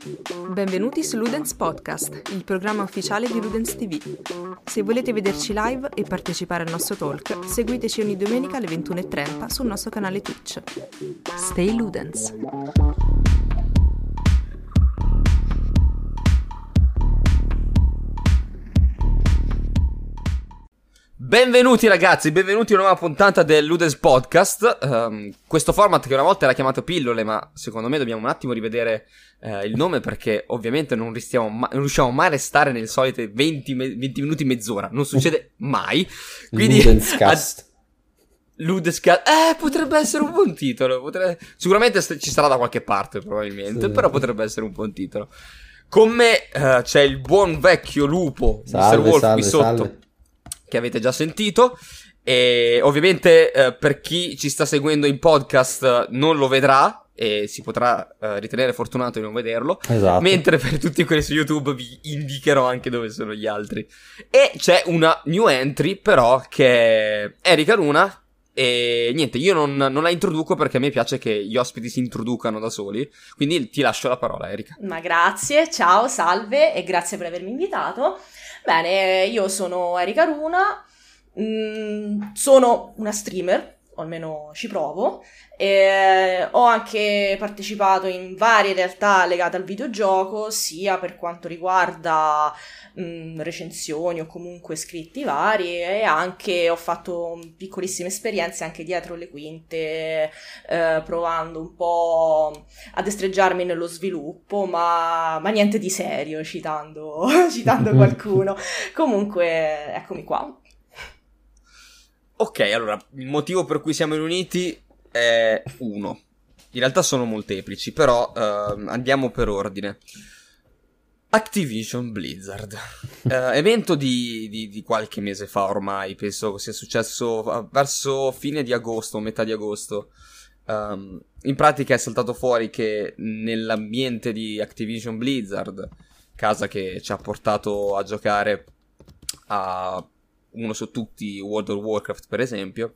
Benvenuti su Ludens Podcast, il programma ufficiale di Ludens TV. Se volete vederci live e partecipare al nostro talk, seguiteci ogni domenica alle 21:30 sul nostro canale Twitch. Stay Ludens! Benvenuti ragazzi, benvenuti a una nuova puntata del Ludens Podcast. Questo format che una volta era chiamato Pillole, ma secondo me dobbiamo un attimo rivedere il nome, perché ovviamente non riusciamo mai a restare nelle solite 20 minuti, mezz'ora. Non succede mai. Quindi Ludenscast. Ludenscast. Potrebbe essere un buon titolo. Sicuramente ci sarà da qualche parte probabilmente, sì. Però potrebbe essere un buon titolo. Con me c'è il buon vecchio lupo, Mr. Wolf, qui sotto, che avete già sentito, e ovviamente per chi ci sta seguendo in podcast non lo vedrà e si potrà ritenere fortunato di non vederlo, esatto. Mentre per tutti quelli su YouTube vi indicherò anche dove sono gli altri. E c'è una new entry però, che è Erika Luna, e niente, io non la introduco perché a me piace che gli ospiti si introducano da soli, quindi ti lascio la parola, Erika. Ma grazie, ciao, salve e grazie per avermi invitato. Bene, io sono Erika Runa, sono una streamer, o almeno ci provo, e ho anche partecipato in varie realtà legate al videogioco, sia per quanto riguarda recensioni o comunque scritti vari, e anche ho fatto piccolissime esperienze anche dietro le quinte, provando un po' a destreggiarmi nello sviluppo, ma niente di serio, citando qualcuno. Comunque, eccomi qua. Ok, allora, il motivo per cui siamo riuniti è uno. In realtà sono molteplici, però andiamo per ordine. Activision Blizzard. Evento di qualche mese fa ormai, penso sia successo verso fine di agosto, metà di agosto. In pratica è saltato fuori che nell'ambiente di Activision Blizzard, casa che ci ha portato a giocare a uno su tutti, World of Warcraft per esempio,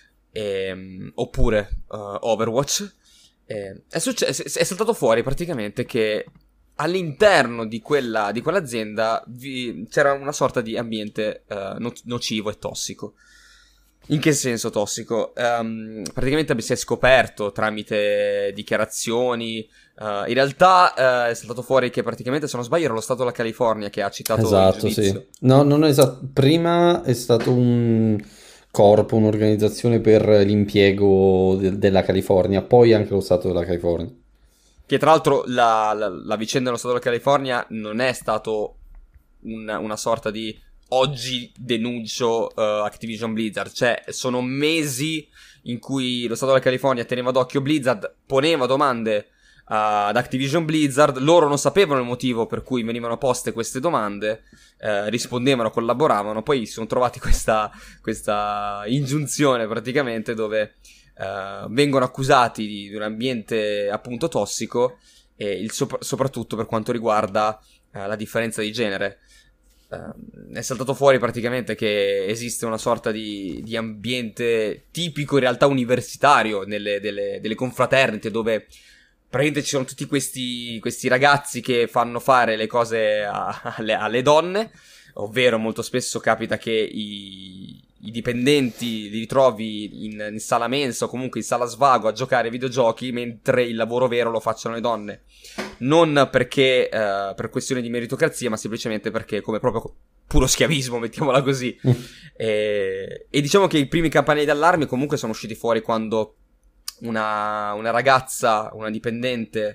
oppure Overwatch, è saltato fuori praticamente che all'interno di quell'azienda c'era una sorta di ambiente nocivo e tossico. In che senso tossico? Praticamente si è scoperto tramite dichiarazioni. In realtà è saltato fuori che praticamente, se non sbaglio, era lo Stato della California che ha citato il giudizio. Sì. No, non esatto. Prima è stato un corpo, un'organizzazione per l'impiego della California, poi anche lo Stato della California. Che tra l'altro la vicenda dello Stato della California non è stato una sorta di oggi denuncio Activision Blizzard, cioè sono mesi in cui lo Stato della California teneva d'occhio Blizzard, poneva domande ad Activision Blizzard, loro non sapevano il motivo per cui venivano poste queste domande, rispondevano, collaboravano, poi si sono trovati questa ingiunzione praticamente dove vengono accusati di un ambiente appunto tossico, e soprattutto per quanto riguarda la differenza di genere. È saltato fuori praticamente che esiste una sorta di ambiente tipico in realtà universitario delle confraternite, dove praticamente ci sono tutti questi ragazzi che fanno fare le cose alle donne, ovvero molto spesso capita che i dipendenti li ritrovi in sala mensa o comunque in sala svago a giocare ai videogiochi, mentre il lavoro vero lo facciano le donne. Non perché per questione di meritocrazia, ma semplicemente perché come proprio puro schiavismo, mettiamola così. E diciamo che i primi campanelli d'allarme comunque sono usciti fuori quando una ragazza, una dipendente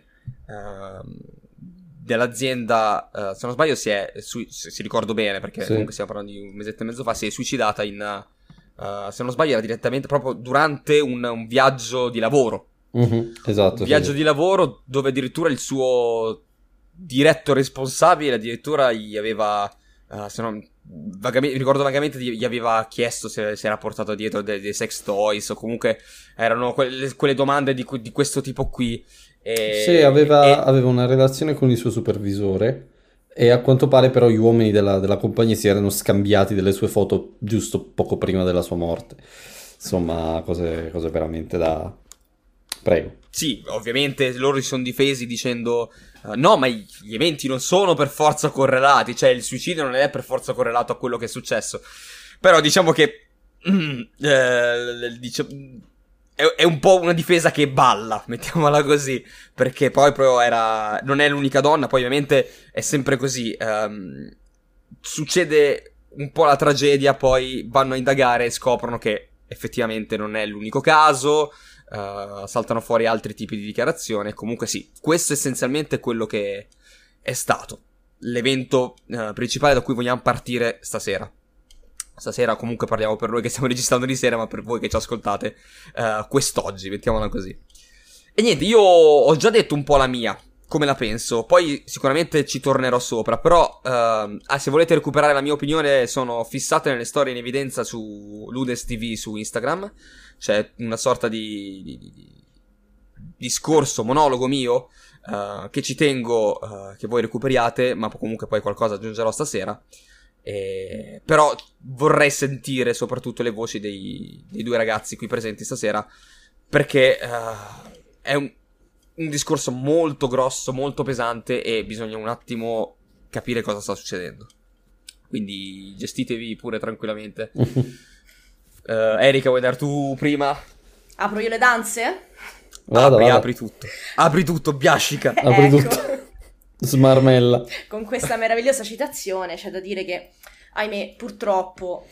dell'azienda, se non sbaglio se ricordo bene, perché sì, comunque stiamo parlando di un mesetto e mezzo fa, si è suicidata se non sbaglio era direttamente proprio durante un viaggio di lavoro. Esatto, un viaggio di lavoro dove addirittura il suo diretto responsabile addirittura gli aveva ricordo vagamente gli aveva chiesto se era portato dietro dei sex toys, o comunque erano quelle domande di questo tipo qui. Sì, aveva una relazione con il suo supervisore, e a quanto pare però gli uomini della compagnia si erano scambiati delle sue foto giusto poco prima della sua morte. Insomma, cose veramente da... Prego. Sì, ovviamente loro si sono difesi dicendo No, ma gli eventi non sono per forza correlati, cioè il suicidio non è per forza correlato a quello che è successo. Però diciamo che è un po' una difesa che balla, mettiamola così, perché poi non è l'unica donna, poi ovviamente è sempre così, succede un po' la tragedia, poi vanno a indagare e scoprono che effettivamente non è l'unico caso, saltano fuori altri tipi di dichiarazione. Comunque sì, questo essenzialmente è quello che è stato l'evento principale da cui vogliamo partire stasera. Stasera comunque parliamo per noi che stiamo registrando di sera, ma per voi che ci ascoltate quest'oggi, mettiamola così. E niente, io ho già detto un po' la mia, come la penso, poi sicuramente ci tornerò sopra, però se volete recuperare la mia opinione sono fissate nelle storie in evidenza su Ludens TV su Instagram. C'è una sorta di discorso, monologo mio, che ci tengo che voi recuperiate, ma comunque poi qualcosa aggiungerò stasera. Però vorrei sentire soprattutto le voci dei due ragazzi qui presenti stasera, perché è un discorso molto grosso, molto pesante, e bisogna un attimo capire cosa sta succedendo. Quindi gestitevi pure tranquillamente. Erika, vuoi dar tu prima? Apro io le danze? Apri tutto. Apri tutto, biascica. Apri tutto. Smarmella. Con questa meravigliosa citazione c'è da dire che, ahimè, purtroppo,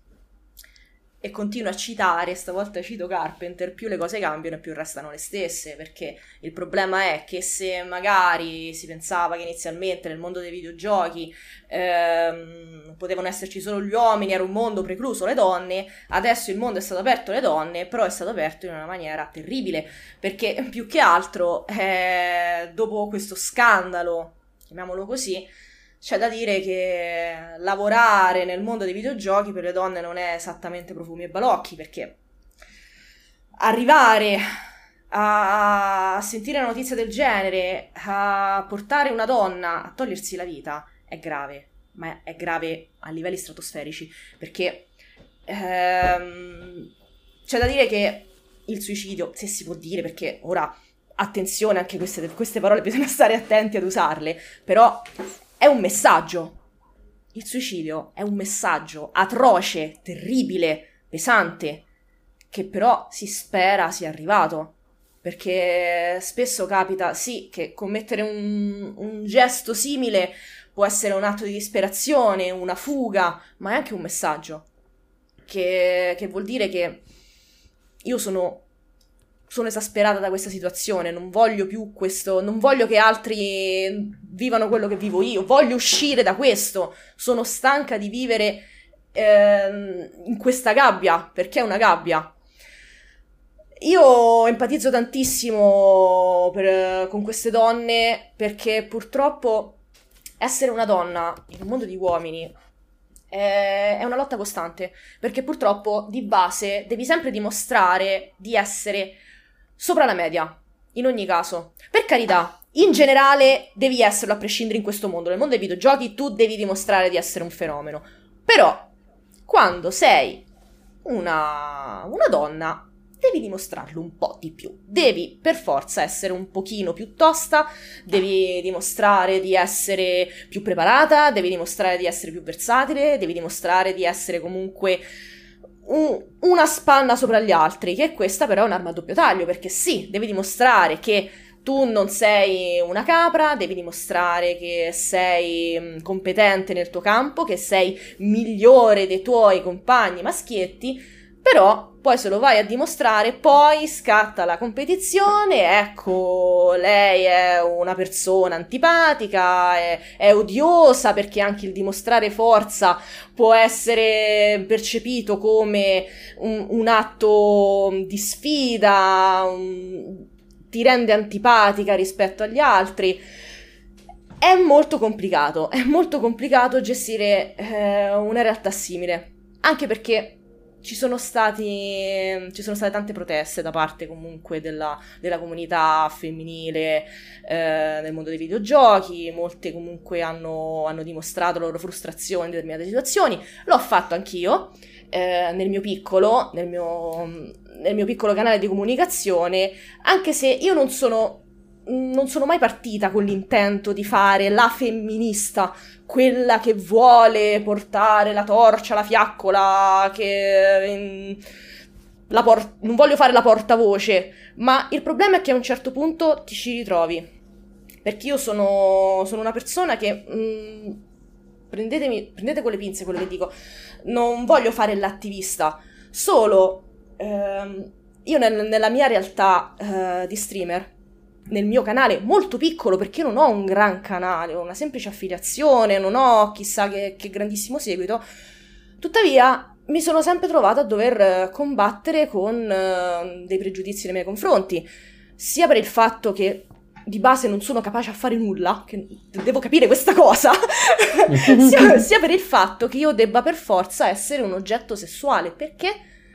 e continuo a citare, stavolta cito Carpenter, più le cose cambiano e più restano le stesse, perché il problema è che se magari si pensava che inizialmente nel mondo dei videogiochi potevano esserci solo gli uomini, era un mondo precluso alle donne, adesso il mondo è stato aperto alle donne, però è stato aperto in una maniera terribile, perché più che altro dopo questo scandalo, chiamiamolo così, c'è da dire che lavorare nel mondo dei videogiochi per le donne non è esattamente profumi e balocchi, perché arrivare a sentire una notizia del genere, a portare una donna a togliersi la vita, è grave, ma è grave a livelli stratosferici, perché c'è da dire che il suicidio, se si può dire, perché ora, attenzione, anche queste parole bisogna stare attenti ad usarle, però è un messaggio. Il suicidio è un messaggio atroce, terribile, pesante, che però si spera sia arrivato. Perché spesso capita, sì, che commettere un gesto simile può essere un atto di disperazione, una fuga, ma è anche un messaggio. Che vuol dire che io sono esasperata da questa situazione, non voglio più questo, non voglio che altri vivano quello che vivo io, voglio uscire da questo, sono stanca di vivere in questa gabbia, perché è una gabbia. Io empatizzo tantissimo con queste donne, perché purtroppo essere una donna in un mondo di uomini è una lotta costante, perché purtroppo di base devi sempre dimostrare di essere sopra la media, in ogni caso. Per carità, in generale devi esserlo a prescindere in questo mondo. Nel mondo dei videogiochi tu devi dimostrare di essere un fenomeno. Però, quando sei una donna, devi dimostrarlo un po' di più. Devi per forza essere un pochino più tosta, devi dimostrare di essere più preparata, devi dimostrare di essere più versatile, devi dimostrare di essere comunque una spanna sopra gli altri, che questa però è un'arma a doppio taglio, perché sì, devi dimostrare che tu non sei una capra, devi dimostrare che sei competente nel tuo campo, che sei migliore dei tuoi compagni maschietti, però poi se lo vai a dimostrare, poi scatta la competizione, ecco, lei è una persona antipatica, è odiosa, perché anche il dimostrare forza può essere percepito come un atto di sfida, ti rende antipatica rispetto agli altri. È molto complicato gestire una realtà simile, anche perché ci sono state tante proteste da parte comunque della comunità femminile nel mondo dei videogiochi, molte comunque hanno dimostrato la loro frustrazione in determinate situazioni. L'ho fatto anch'io nel mio piccolo canale di comunicazione, anche se io non sono non sono mai partita con l'intento di fare la femminista, quella che vuole portare la torcia, la fiaccola, che non voglio fare la portavoce, ma il problema è che a un certo punto ti ci ritrovi. Perché io sono una persona che prendete con le pinze quello che dico, non voglio fare l'attivista, solo io nella mia realtà di streamer, nel mio canale molto piccolo, perché io non ho un gran canale, ho una semplice affiliazione, non ho chissà che grandissimo seguito, tuttavia mi sono sempre trovata a dover combattere con dei pregiudizi nei miei confronti, sia per il fatto che di base non sono capace a fare nulla, che devo capire questa cosa, sia per il fatto che io debba per forza essere un oggetto sessuale, perché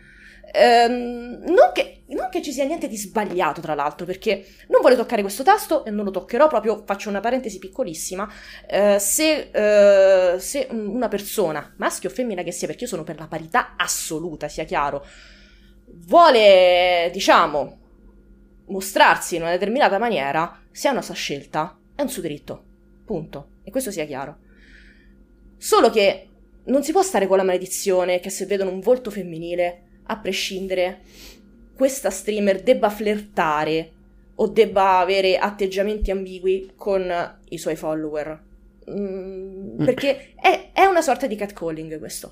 non che ci sia niente di sbagliato, tra l'altro, perché non voglio toccare questo tasto e non lo toccherò, proprio faccio una parentesi piccolissima. Se una persona, maschio o femmina che sia, perché io sono per la parità assoluta, sia chiaro, vuole, diciamo, mostrarsi in una determinata maniera, se ha una sua scelta, è un suo diritto, punto, e questo sia chiaro. Solo che non si può stare con la maledizione che se vedono un volto femminile, a prescindere, questa streamer debba flirtare o debba avere atteggiamenti ambigui con i suoi follower, perché è una sorta di catcalling questo.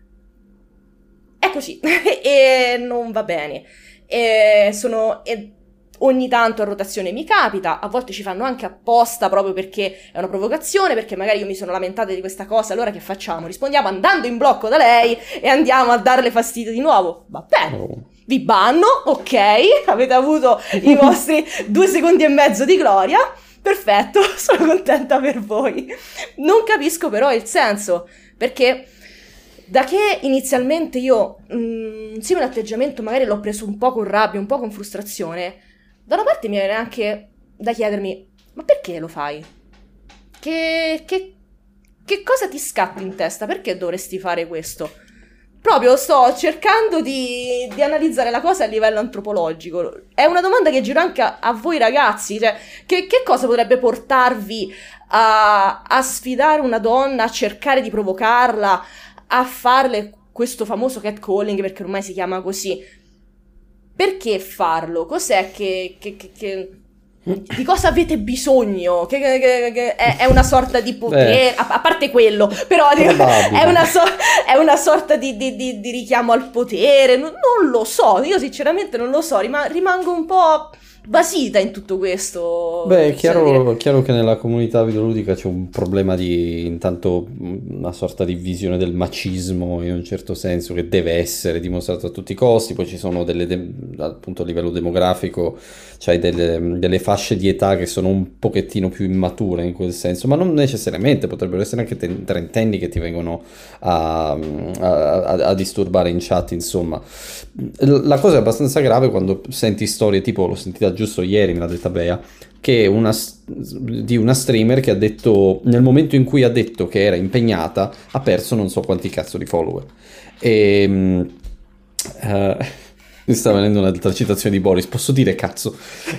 È così e non va bene. Ogni tanto a rotazione mi capita, a volte ci fanno anche apposta proprio perché è una provocazione, perché magari io mi sono lamentata di questa cosa, allora che facciamo? Rispondiamo andando in blocco da lei e andiamo a darle fastidio di nuovo. Va bene, vi banno, ok, avete avuto i vostri 2 secondi e mezzo di gloria, perfetto, sono contenta per voi. Non capisco però il senso, perché da che inizialmente io un simile atteggiamento magari l'ho preso un po' con rabbia, un po' con frustrazione, da una parte mi viene anche da chiedermi, ma perché lo fai? Che cosa ti scatta in testa? Perché dovresti fare questo? Proprio sto cercando di analizzare la cosa a livello antropologico. È una domanda che giro anche a voi ragazzi, cioè che cosa potrebbe portarvi a sfidare una donna, a cercare di provocarla, a farle questo famoso catcalling, perché ormai si chiama così? Perché farlo? Cos'è che di cosa avete bisogno? Che è una sorta di potere, a parte quello, però è una sorta di richiamo al potere, non lo so, io sinceramente non lo so, rimango un po' basita in tutto questo. Beh, è chiaro che nella comunità videoludica c'è un problema di, intanto, una sorta di visione del macismo in un certo senso che deve essere dimostrato a tutti i costi. Poi ci sono appunto a livello demografico, c'hai delle fasce di età che sono un pochettino più immature in quel senso, ma non necessariamente, potrebbero essere anche trentenni che ti vengono a disturbare in chat, insomma. La cosa è abbastanza grave quando senti storie tipo, l'ho sentita giusto ieri, me l'ha detta Bea, che di una streamer che ha detto, nel momento in cui ha detto che era impegnata, ha perso non so quanti cazzo di follower. E mi sta venendo un'altra citazione di Boris, posso dire cazzo?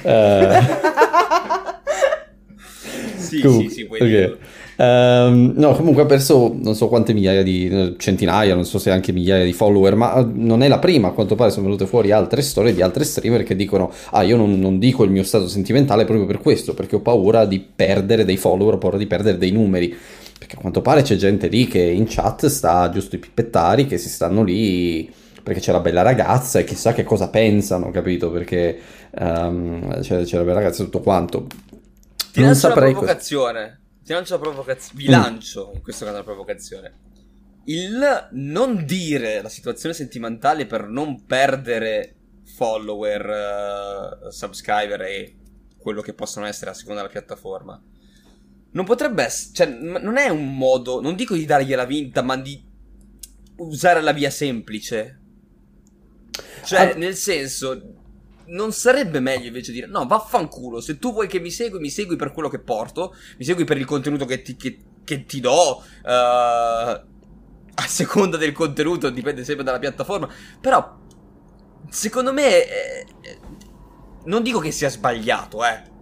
Sì, puoi okay. dirlo. No, comunque ha perso non so quante centinaia, non so se anche migliaia di follower, ma non è la prima. A quanto pare sono venute fuori altre storie di altre streamer che dicono: io non dico il mio stato sentimentale proprio per questo, perché ho paura di perdere dei follower, ho paura di perdere dei numeri, perché a quanto pare c'è gente lì che in chat sta giusto i pippettari che si stanno lì perché c'è la bella ragazza e chissà che cosa pensano, capito? Perché c'è la bella ragazza e tutto quanto. Ti lancio una provocazione. Vi lancio in questo caso la provocazione. Il non dire la situazione sentimentale per non perdere follower, subscriber e quello che possono essere a seconda della piattaforma non potrebbe essere, cioè non è un modo, non dico di dargliela vinta, ma di usare la via semplice, cioè nel senso, non sarebbe meglio invece dire no, vaffanculo, se tu vuoi che mi segui per quello che porto, mi segui per il contenuto che ti do, a seconda del contenuto, dipende sempre dalla piattaforma, però secondo me non dico che sia sbagliato,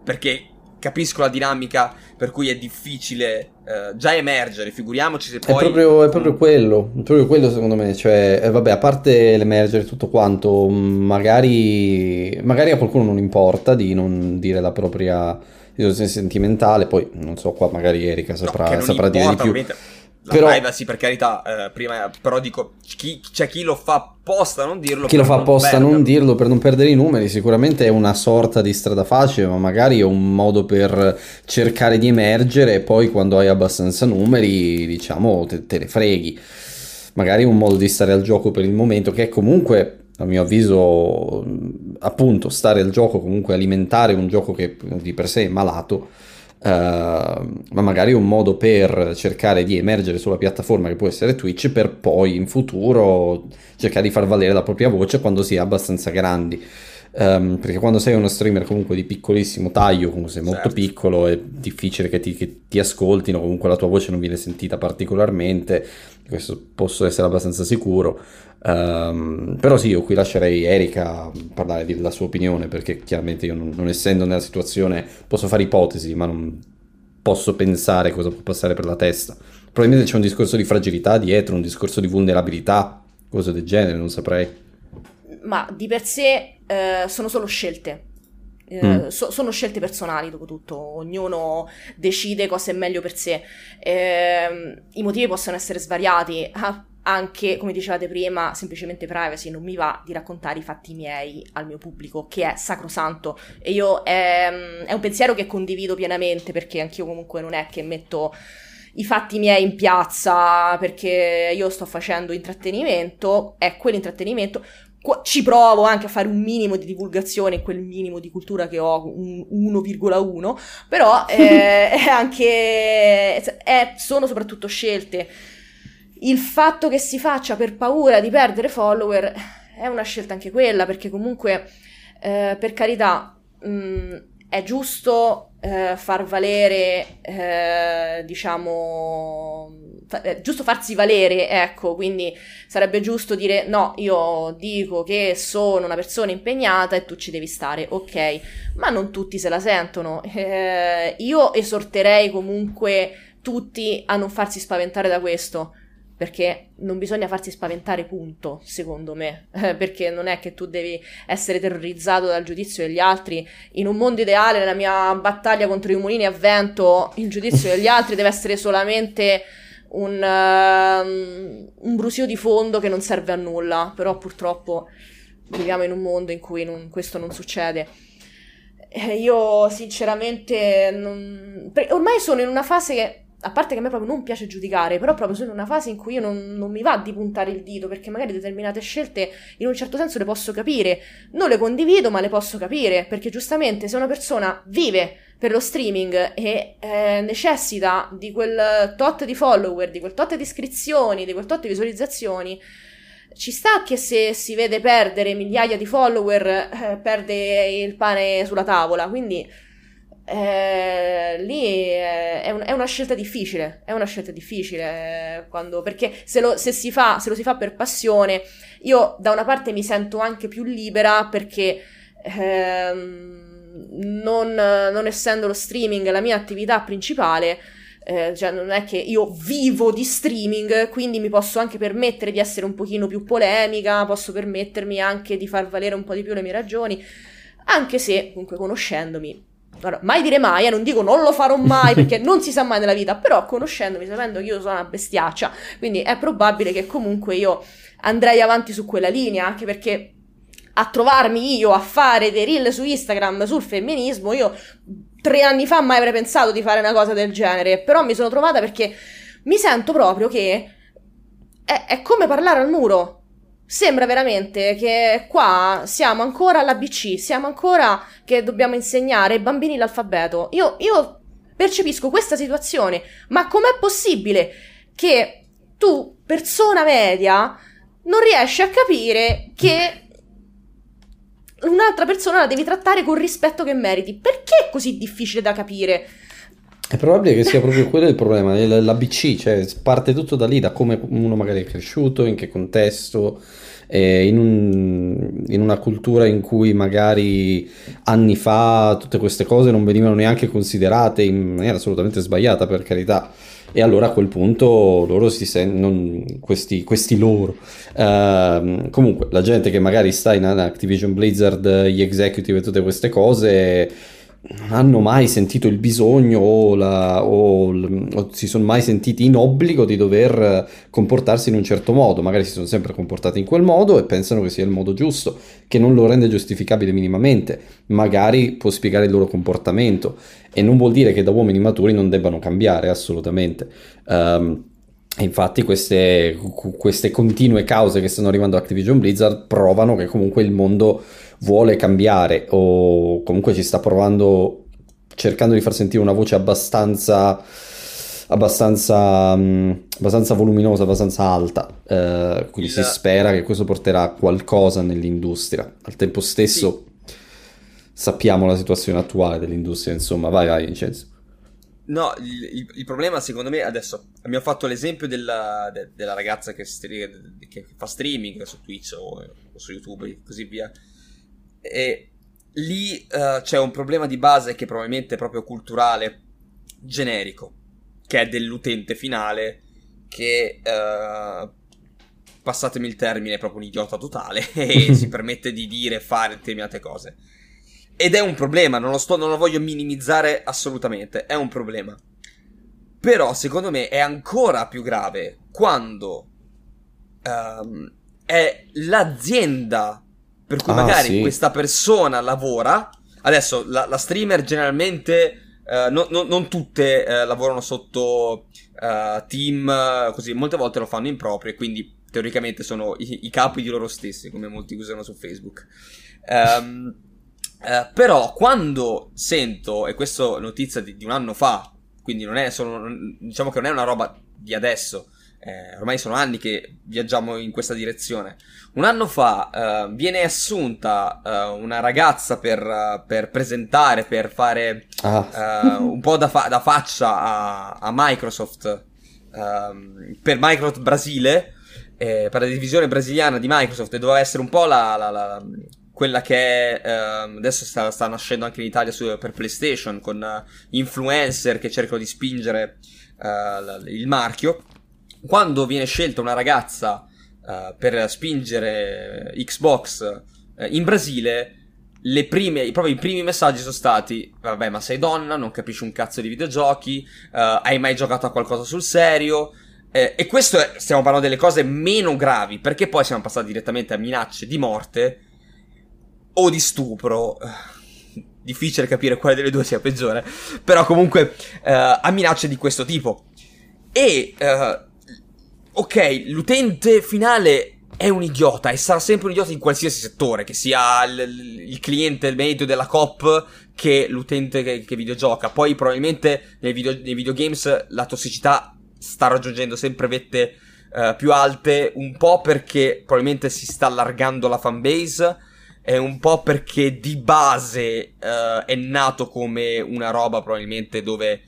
perché capisco la dinamica per cui è difficile già emergere, figuriamoci se poi... È proprio quello secondo me, cioè, vabbè, a parte l'emergere tutto quanto, magari a qualcuno non importa di non dire la propria situazione sentimentale, poi non so, qua magari Erika saprà dire di più. Ovviamente. La privacy, per carità, però dico, c'è chi lo fa apposta a non dirlo. Chi lo fa apposta a non dirlo per non perdere i numeri, sicuramente è una sorta di strada facile, ma magari è un modo per cercare di emergere e poi quando hai abbastanza numeri, diciamo, te ne freghi. Magari è un modo di stare al gioco per il momento, che è comunque, a mio avviso, appunto, stare al gioco, comunque alimentare un gioco che di per sé è malato. Ma magari un modo per cercare di emergere sulla piattaforma che può essere Twitch, per poi in futuro cercare di far valere la propria voce quando si è abbastanza grandi, perché quando sei uno streamer comunque di piccolissimo taglio, comunque sei molto piccolo, è difficile che ti ascoltino, comunque la tua voce non viene sentita particolarmente, questo posso essere abbastanza sicuro. Però sì, io qui lascerei Erika parlare della sua opinione, perché chiaramente io non essendo nella situazione posso fare ipotesi, ma non posso pensare cosa può passare per la testa. Probabilmente c'è un discorso di fragilità dietro, un discorso di vulnerabilità, cose del genere, non saprei. Ma di per sé sono solo scelte. Sono scelte personali, dopo tutto, ognuno decide cosa è meglio per sé. I motivi possono essere svariati, anche, come dicevate prima, semplicemente privacy. Non mi va di raccontare i fatti miei al mio pubblico, che è sacrosanto, e io è un pensiero che condivido pienamente, perché anch'io comunque non è che metto i fatti miei in piazza perché io sto facendo intrattenimento, è quell'intrattenimento. Ci provo anche a fare un minimo di divulgazione, quel minimo di cultura che ho, un 1,1, però sono soprattutto scelte. Il fatto che si faccia per paura di perdere follower è una scelta anche quella, perché comunque, per carità, è giusto far valere, diciamo... È giusto farsi valere, ecco, quindi sarebbe giusto dire no, io dico che sono una persona impegnata e tu ci devi stare, ok, ma non tutti se la sentono. Io esorterei comunque tutti a non farsi spaventare da questo, perché non bisogna farsi spaventare, punto, secondo me, perché non è che tu devi essere terrorizzato dal giudizio degli altri. In un mondo ideale, nella mia battaglia contro i mulini a vento, il giudizio degli altri deve essere solamente un brusio di fondo che non serve a nulla, però purtroppo viviamo in un mondo in cui questo non succede. Io sinceramente ormai sono in una fase che, a parte che a me proprio non piace giudicare, però proprio sono in una fase in cui io non mi va di puntare il dito, perché magari determinate scelte in un certo senso le posso capire, non le condivido ma le posso capire, perché giustamente se una persona vive per lo streaming e necessita di quel tot di follower, di quel tot di iscrizioni, di quel tot di visualizzazioni, ci sta che se si vede perdere migliaia di follower perde il pane sulla tavola, quindi lì è una scelta difficile, perché se lo si fa per passione, io da una parte mi sento anche più libera, perché non essendo lo streaming la mia attività principale, cioè non è che io vivo di streaming, quindi mi posso anche permettere di essere un pochino più polemica, posso permettermi anche di far valere un po' di più le mie ragioni, anche se comunque conoscendomi, allora, mai dire mai, non dico non lo farò mai perché non si sa mai nella vita, però conoscendomi, sapendo che io sono una bestiaccia, quindi è probabile che comunque io andrei avanti su quella linea, anche perché a trovarmi io a fare dei reel su Instagram sul femminismo, io 3 anni fa mai avrei pensato di fare una cosa del genere, però mi sono trovata, perché mi sento proprio che è come parlare al muro. Sembra veramente che qua siamo ancora all'ABC, siamo ancora che dobbiamo insegnare ai bambini l'alfabeto. Io percepisco questa situazione, ma com'è possibile che tu, persona media, non riesci a capire che un'altra persona la devi trattare con il rispetto che meriti? Perché è così difficile da capire? È probabile che sia proprio quello il problema, l'ABC, cioè parte tutto da lì, da come uno magari è cresciuto, in che contesto, in una cultura in cui magari anni fa tutte queste cose non venivano neanche considerate in maniera assolutamente sbagliata, per carità. E allora a quel punto loro si sentono, questi loro. Comunque, la gente che magari sta in Activision Blizzard, gli executive e tutte queste cose non hanno mai sentito il bisogno o si sono mai sentiti in obbligo di dover comportarsi in un certo modo, magari si sono sempre comportati in quel modo e pensano che sia il modo giusto, che non lo rende giustificabile minimamente, magari può spiegare il loro comportamento e non vuol dire che da uomini maturi non debbano cambiare assolutamente. Infatti queste continue cause che stanno arrivando a Activision Blizzard provano che comunque il mondo vuole cambiare o comunque ci sta provando, cercando di far sentire una voce abbastanza voluminosa, abbastanza alta, quindi si spera che questo porterà a qualcosa nell'industria. Al tempo stesso sappiamo la situazione attuale dell'industria, insomma. Vai Vincenzo. No, il problema secondo me, adesso abbiamo fatto l'esempio della ragazza che fa streaming su Twitch o su YouTube e così via, e lì c'è un problema di base che probabilmente è proprio culturale, generico, che è dell'utente finale che, passatemi il termine, è proprio un idiota totale e si permette di dire e fare determinate cose. Ed è un problema, non lo voglio minimizzare assolutamente, è un problema. Però secondo me è ancora più grave quando è l'azienda per cui magari questa persona lavora. Adesso la streamer generalmente non tutte lavorano sotto team, così molte volte lo fanno in proprio e quindi teoricamente sono i capi di loro stessi, come molti usano su Facebook. Però quando sento, e questa notizia di un anno fa, quindi non è solo, diciamo che non è una roba di adesso, ormai sono anni che viaggiamo in questa direzione. Un anno fa viene assunta una ragazza per presentare, per fare un po' da faccia a Microsoft, per Microsoft Brasile, per la divisione brasiliana di Microsoft, e doveva essere un po' quella che adesso sta nascendo anche in Italia per PlayStation, con influencer che cercano di spingere il marchio. Quando viene scelta una ragazza per spingere Xbox in Brasile, proprio i primi messaggi sono stati: vabbè, ma sei donna, non capisci un cazzo di videogiochi, hai mai giocato a qualcosa sul serio? E questo stiamo parlando delle cose meno gravi, perché poi siamo passati direttamente a minacce di morte o di stupro, difficile capire quale delle due sia peggiore, però comunque a minacce di questo tipo. E ok, l'utente finale è un idiota e sarà sempre un idiota in qualsiasi settore, che sia il cliente medio della Coop che l'utente che videogioca. Poi probabilmente nei videogames la tossicità sta raggiungendo sempre vette più alte, un po' perché probabilmente si sta allargando la fanbase, è un po' perché di base è nato come una roba probabilmente dove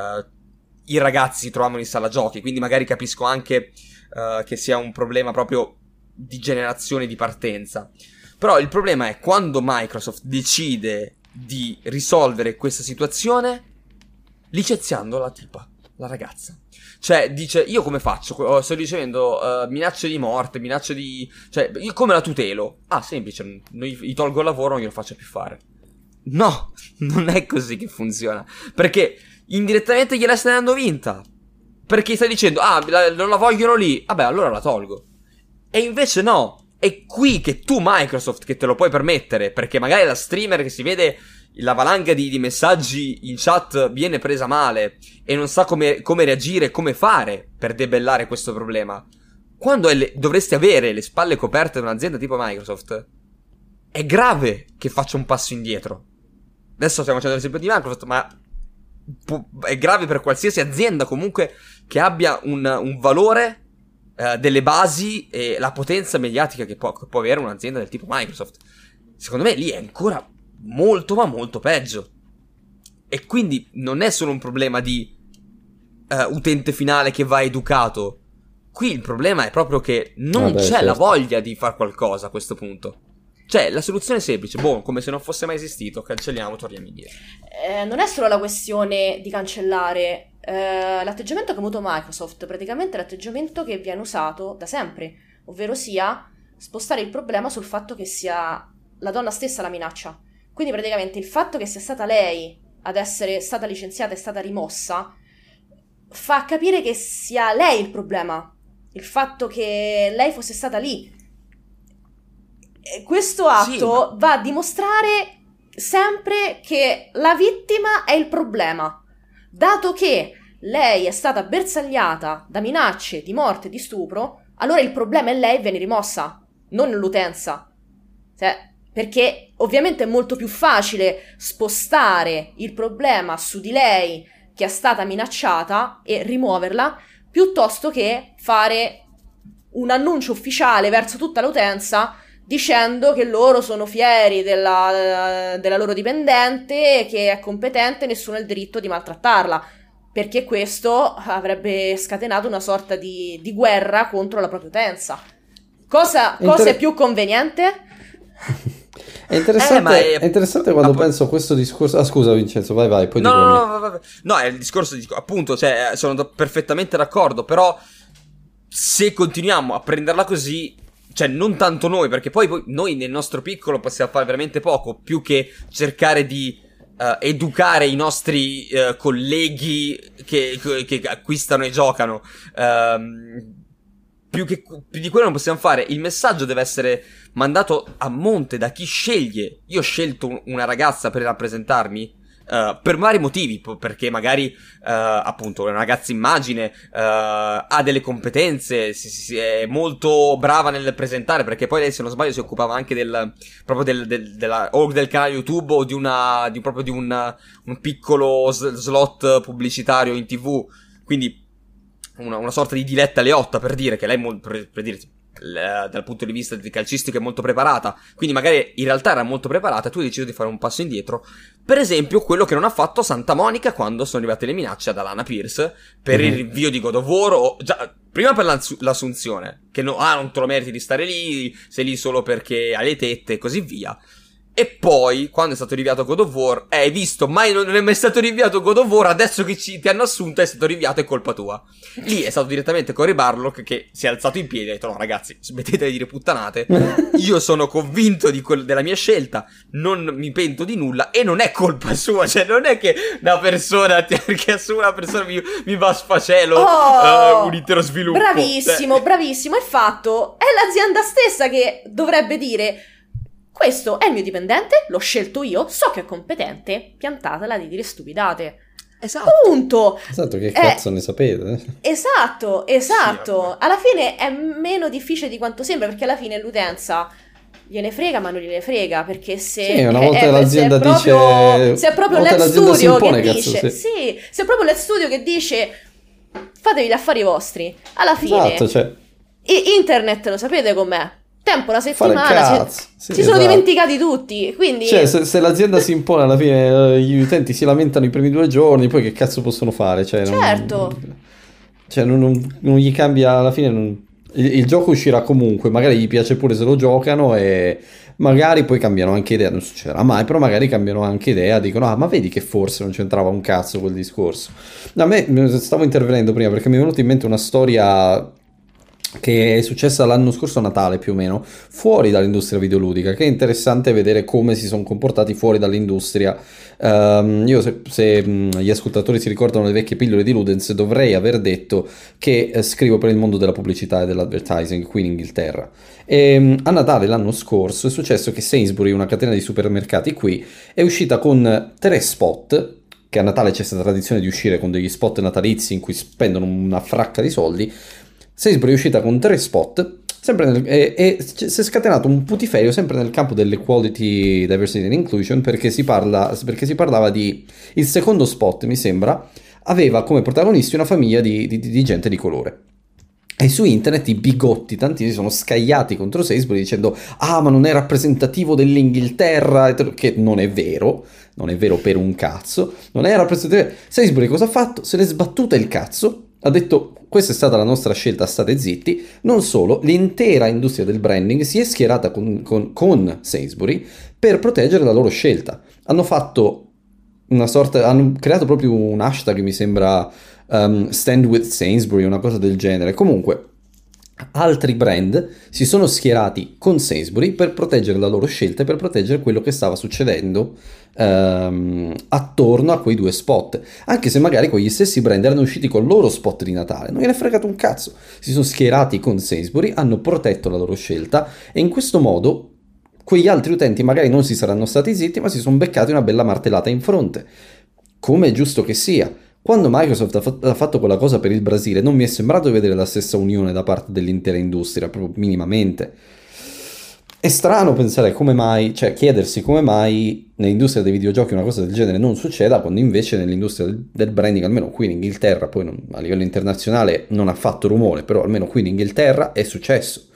i ragazzi si trovavano in sala giochi, quindi magari capisco anche che sia un problema proprio di generazione di partenza. Però il problema è quando Microsoft decide di risolvere questa situazione licenziando la ragazza. Cioè, dice: io come faccio? Sto ricevendo minacce di morte, minacce di... Cioè, io come la tutelo? Ah, semplice, gli tolgo il lavoro, non glielo faccio più fare. No, non è così che funziona. Perché indirettamente gliela stai dando vinta. Perché stai dicendo: non la vogliono lì, vabbè, allora la tolgo. E invece no, è qui che tu, Microsoft, che te lo puoi permettere, perché magari la streamer che si vede la valanga di messaggi in chat viene presa male e non sa come reagire, come fare per debellare questo problema. Quando dovresti avere le spalle coperte da un'azienda tipo Microsoft, è grave che faccia un passo indietro. Adesso stiamo facendo l'esempio di Microsoft, ma è grave per qualsiasi azienda comunque che abbia un valore, delle basi e la potenza mediatica che può avere un'azienda del tipo Microsoft. Secondo me lì è ancora molto ma molto peggio. E quindi non è solo un problema di utente finale che va educato. Qui il problema è proprio che non c'è certo. la voglia di far qualcosa a questo punto. Cioè, la soluzione è semplice, come se non fosse mai esistito, cancelliamo, torniamo indietro. Non è solo la questione di cancellare. L'atteggiamento che ha avuto Microsoft praticamente è l'atteggiamento che viene usato da sempre, ovvero sia spostare il problema sul fatto che sia la donna stessa la minaccia. Quindi praticamente il fatto che sia stata lei ad essere stata licenziata e stata rimossa fa capire che sia lei il problema, il fatto che lei fosse stata lì. E questo atto va a dimostrare sempre che la vittima è il problema, dato che lei è stata bersagliata da minacce di morte e di stupro, allora il problema è lei e viene rimossa, non l'utenza. Perché ovviamente è molto più facile spostare il problema su di lei che è stata minacciata e rimuoverla, piuttosto che fare un annuncio ufficiale verso tutta l'utenza dicendo che loro sono fieri della loro dipendente, che è competente e nessuno ha il diritto di maltrattarla, perché questo avrebbe scatenato una sorta di guerra contro la propria utenza. Cosa è più conveniente? È interessante quando penso a questo discorso. Scusa Vincenzo, vai, poi No, è il discorso appunto, cioè sono perfettamente d'accordo, però se continuiamo a prenderla così, cioè non tanto noi, perché poi noi nel nostro piccolo possiamo fare veramente poco, più che cercare di educare i nostri colleghi che acquistano e giocano. Più di quello non possiamo fare. Il messaggio deve essere mandato a monte da chi sceglie. Io ho scelto una ragazza per rappresentarmi per vari motivi, perché magari appunto è una ragazza immagine, ha delle competenze, è molto brava nel presentare, perché poi lei, se non sbaglio, si occupava anche o del canale YouTube o di un piccolo slot pubblicitario in TV, quindi una sorta di Diletta Leotta, per dire che lei per dire dal punto di vista calcistico è molto preparata, quindi magari in realtà era molto preparata, tu hai deciso di fare un passo indietro. Per esempio quello che non ha fatto Santa Monica quando sono arrivate le minacce ad Alana Pierce per il rinvio di God of War, o già prima per l'assunzione che non te lo meriti di stare lì, sei lì solo perché hai le tette e così via. E poi, quando è stato rinviato God of War, hai visto, mai non è mai stato rinviato God of War, adesso che ti hanno assunto è stato rinviato, è colpa tua. Lì è stato direttamente Cory Barlog che si è alzato in piedi e ha detto: no ragazzi, smettete di dire puttanate, io sono convinto della mia scelta, non mi pento di nulla e non è colpa sua, cioè non è che una persona, perché assume una persona mi va a sfacelo un intero sviluppo. Bravissimo, il fatto è l'azienda stessa che dovrebbe dire: questo è il mio dipendente, l'ho scelto io, so che è competente, piantatela di dire stupidate. Esatto. Punto. Esatto, che cazzo ne sapete? Esatto. Sì, alla fine è meno difficile di quanto sembra, perché alla fine l'utenza gliene frega, ma non gliene frega, perché se una volta l'azienda dice, se è proprio Let's Studio che dice, sì, se è proprio Let's Studio che dice fatevi gli affari vostri, alla fine esatto, cioè. Internet lo sapete com'è. Tempo una settimana si sono esatto. dimenticati tutti, quindi cioè se l'azienda si impone, alla fine gli utenti si lamentano i primi 2 giorni, poi che cazzo possono fare? Cioè, certo, non gli cambia, alla fine il gioco uscirà comunque, magari gli piace pure se lo giocano e magari poi cambiano anche idea, non succederà mai, però magari cambiano anche idea, dicono ma vedi che forse non c'entrava un cazzo quel discorso. A me stavo intervenendo prima perché mi è venuta in mente una storia che è successa l'anno scorso a Natale più o meno, fuori dall'industria videoludica, che è interessante vedere come si sono comportati fuori dall'industria. Io se gli ascoltatori si ricordano le vecchie pillole di Ludens, dovrei aver detto che scrivo per il mondo della pubblicità e dell'advertising qui in Inghilterra, e a Natale l'anno scorso è successo che Sainsbury, una catena di supermercati qui, è uscita con 3 spot, che a Natale c'è questa tradizione di uscire con degli spot natalizi in cui spendono una fracca di soldi. Sainsbury è uscita con 3 spot, e si è scatenato un putiferio sempre nel campo dell'equality, diversity and inclusion, perché si parlava di... Il secondo spot, mi sembra, aveva come protagonisti una famiglia di gente di colore. E su internet i bigotti, tanti si sono scagliati contro Sainsbury dicendo ma non è rappresentativo dell'Inghilterra, che non è vero per un cazzo, non è rappresentativo. Sainsbury cosa ha fatto? Se n'è sbattuta il cazzo, ha detto questa è stata la nostra scelta, state zitti. Non solo, l'intera industria del branding si è schierata con Sainsbury per proteggere la loro scelta. Hanno fatto hanno creato proprio un hashtag, mi sembra Stand with Sainsbury, una cosa del genere. Comunque altri brand si sono schierati con Sainsbury per proteggere la loro scelta e per proteggere quello che stava succedendo attorno a quei due spot, anche se magari quegli stessi brand erano usciti con il loro spot di Natale, non gliene è fregato un cazzo, si sono schierati con Sainsbury, hanno protetto la loro scelta e in questo modo quegli altri utenti magari non si saranno stati zitti, ma si sono beccati una bella martellata in fronte, come è giusto che sia. Quando Microsoft ha fatto quella cosa per il Brasile non mi è sembrato vedere la stessa unione da parte dell'intera industria, proprio minimamente. È strano pensare come mai, cioè chiedersi come mai nell'industria dei videogiochi una cosa del genere non succeda, quando invece nell'industria del branding, almeno qui in Inghilterra, poi a livello internazionale non ha fatto rumore, però almeno qui in Inghilterra è successo.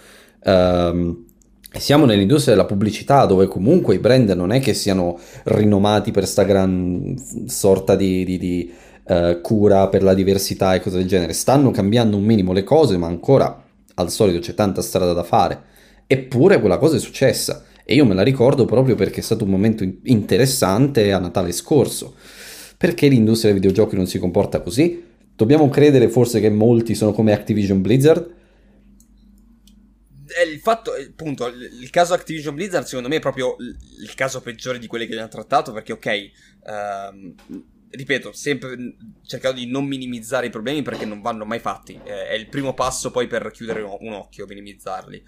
Siamo nell'industria della pubblicità, dove comunque i brand non è che siano rinomati per sta gran sorta di cura per la diversità e cose del genere. Stanno cambiando un minimo le cose, ma ancora al solito c'è tanta strada da fare. Eppure quella cosa è successa e io me la ricordo proprio perché è stato un momento interessante a Natale scorso. Perché l'industria dei videogiochi non si comporta così? Dobbiamo credere forse che molti sono come Activision Blizzard? Il fatto, appunto, il caso Activision Blizzard secondo me è proprio il caso peggiore di quelli che abbiamo trattato, perché ripeto, sempre cercando di non minimizzare i problemi perché non vanno mai fatti, è il primo passo poi per chiudere un occhio, minimizzarli.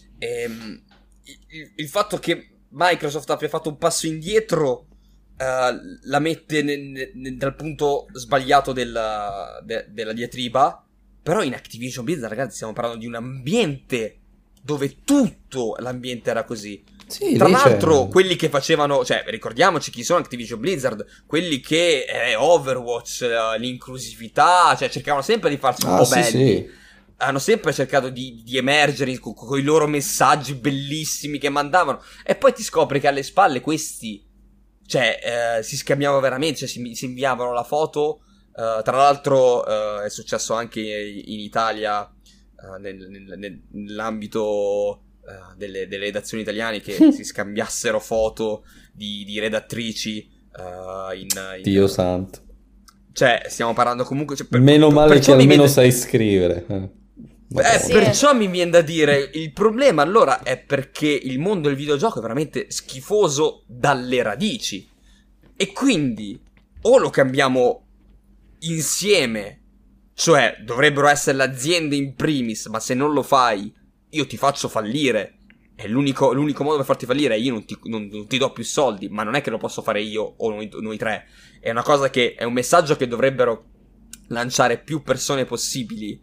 Il fatto che Microsoft abbia fatto un passo indietro la mette dal punto sbagliato della diatriba, però in Activision Blizzard, ragazzi, stiamo parlando di un ambiente dove tutto l'ambiente era così. Sì, tra l'altro quelli che facevano, cioè ricordiamoci chi sono Activision Blizzard, quelli che Overwatch, l'inclusività, cioè cercavano sempre di farsi un po' belli, sì. Hanno sempre cercato di emergere con i loro messaggi bellissimi che mandavano, e poi ti scopri che alle spalle questi, cioè si scambiavano veramente, cioè si inviavano la foto. Tra l'altro è successo anche in Italia, nell'ambito delle redazioni italiane, che si scambiassero foto di redattrici Dio santo. Cioè stiamo parlando comunque, cioè, meno male che almeno sai scrivere. Sì. Perciò mi viene da dire, il problema allora è perché il mondo del videogioco è veramente schifoso dalle radici, e quindi o lo cambiamo insieme, cioè dovrebbero essere le aziende in primis, ma se non lo fai io ti faccio fallire, è l'unico modo per farti fallire è io non ti do più soldi, ma non è che lo posso fare io o noi tre, è una cosa che è un messaggio che dovrebbero lanciare più persone possibili.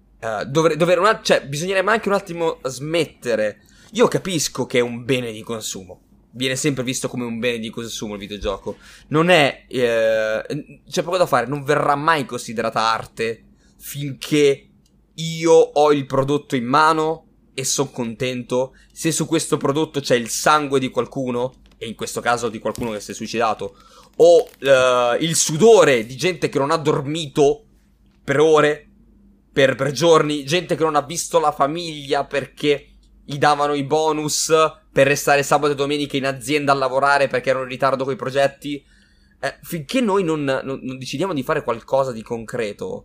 Cioè bisognerebbe anche un attimo smettere. Io capisco che è un bene di consumo, viene sempre visto come un bene di consumo il videogioco, non è c'è poco da fare, non verrà mai considerata arte finché io ho il prodotto in mano e sono contento. Se su questo prodotto c'è il sangue di qualcuno, e in questo caso di qualcuno che si è suicidato, o il sudore di gente che non ha dormito per ore, per giorni, gente che non ha visto la famiglia perché gli davano i bonus per restare sabato e domenica in azienda a lavorare perché erano in ritardo coi progetti, finché noi non decidiamo di fare qualcosa di concreto,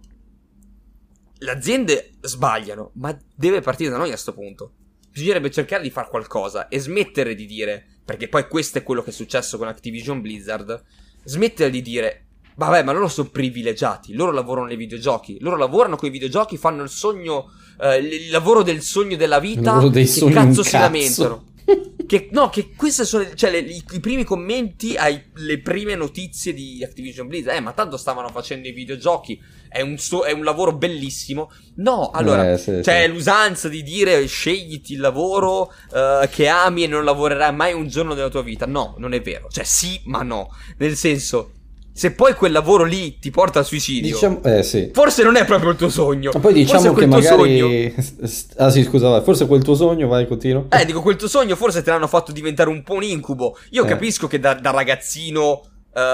le aziende sbagliano, ma deve partire da noi a sto punto. Bisognerebbe cercare di fare qualcosa e smettere di dire, perché poi questo è quello che è successo con Activision Blizzard, smettere di dire vabbè, ma loro sono privilegiati, loro lavorano nei videogiochi, loro lavorano con i videogiochi, fanno il sogno, il lavoro del sogno della vita, che cazzo si lamentano. Che queste sono, cioè, i primi commenti alle prime notizie di Activision Blizzard. Ma tanto stavano facendo i videogiochi, è un lavoro bellissimo. No, allora c'è l'usanza di dire scegliti il lavoro che ami e non lavorerai mai un giorno della tua vita. No, non è vero. Cioè sì, ma no. Nel senso, se poi quel lavoro lì ti porta al suicidio, sì. Forse non è proprio il tuo sogno. Ma poi diciamo che magari... Sogno... sì, scusa, vai. Forse quel tuo sogno, vai, continua. Dico, quel tuo sogno forse te l'hanno fatto diventare un po' un incubo. Io capisco che da ragazzino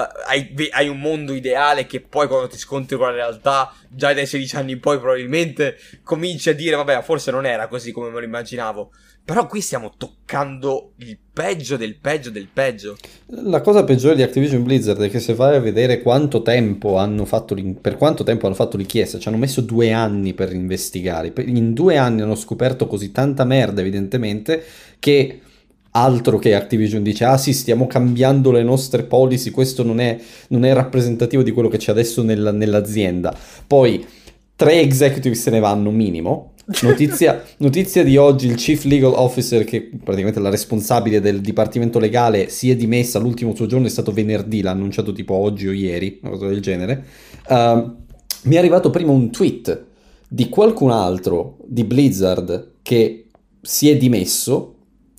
hai un mondo ideale che poi quando ti scontri con la realtà, già dai 16 anni in poi probabilmente cominci a dire vabbè, forse non era così come me lo immaginavo. Però qui stiamo toccando il peggio del peggio del peggio. La cosa peggiore di Activision Blizzard è che se vai a vedere quanto tempo hanno fatto per quanto tempo hanno fatto l'inchiesta, ci hanno messo 2 anni per investigare. In 2 anni hanno scoperto così tanta merda, evidentemente, che altro che Activision dice ah sì, stiamo cambiando le nostre policy, questo non è rappresentativo di quello che c'è adesso nell'azienda. Poi 3 executive se ne vanno minimo. Notizia di oggi, il Chief Legal Officer, che praticamente è la responsabile del dipartimento legale, si è dimessa. L'ultimo suo giorno è stato venerdì, l'ha annunciato tipo oggi o ieri, una cosa del genere. Mi è arrivato prima un tweet di qualcun altro di Blizzard che si è dimesso,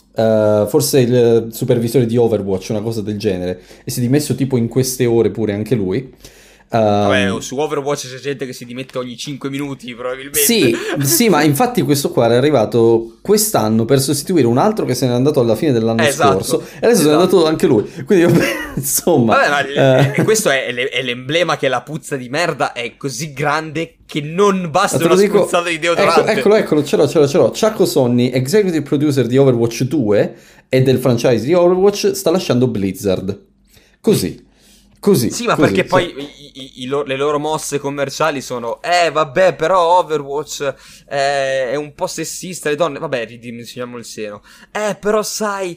forse il supervisore di Overwatch, una cosa del genere, e si è dimesso tipo in queste ore pure anche lui. Vabbè, su Overwatch c'è gente che si dimette ogni 5 minuti probabilmente. Sì, ma infatti questo qua è arrivato quest'anno per sostituire un altro che se n'è andato alla fine dell'anno scorso, e adesso se n'è andato anche lui, quindi vabbè, insomma vabbè, ma questo è l'emblema che la puzza di merda è così grande che non basta una spruzzata di deodorante. Eccolo, ce l'ho. Chuck Sonny, executive producer di Overwatch 2 e del franchise di Overwatch, sta lasciando Blizzard così. Sì, ma perché poi le loro mosse commerciali sono vabbè, però Overwatch è un po' sessista, le donne, vabbè, ridimensioniamo il seno. Però sai,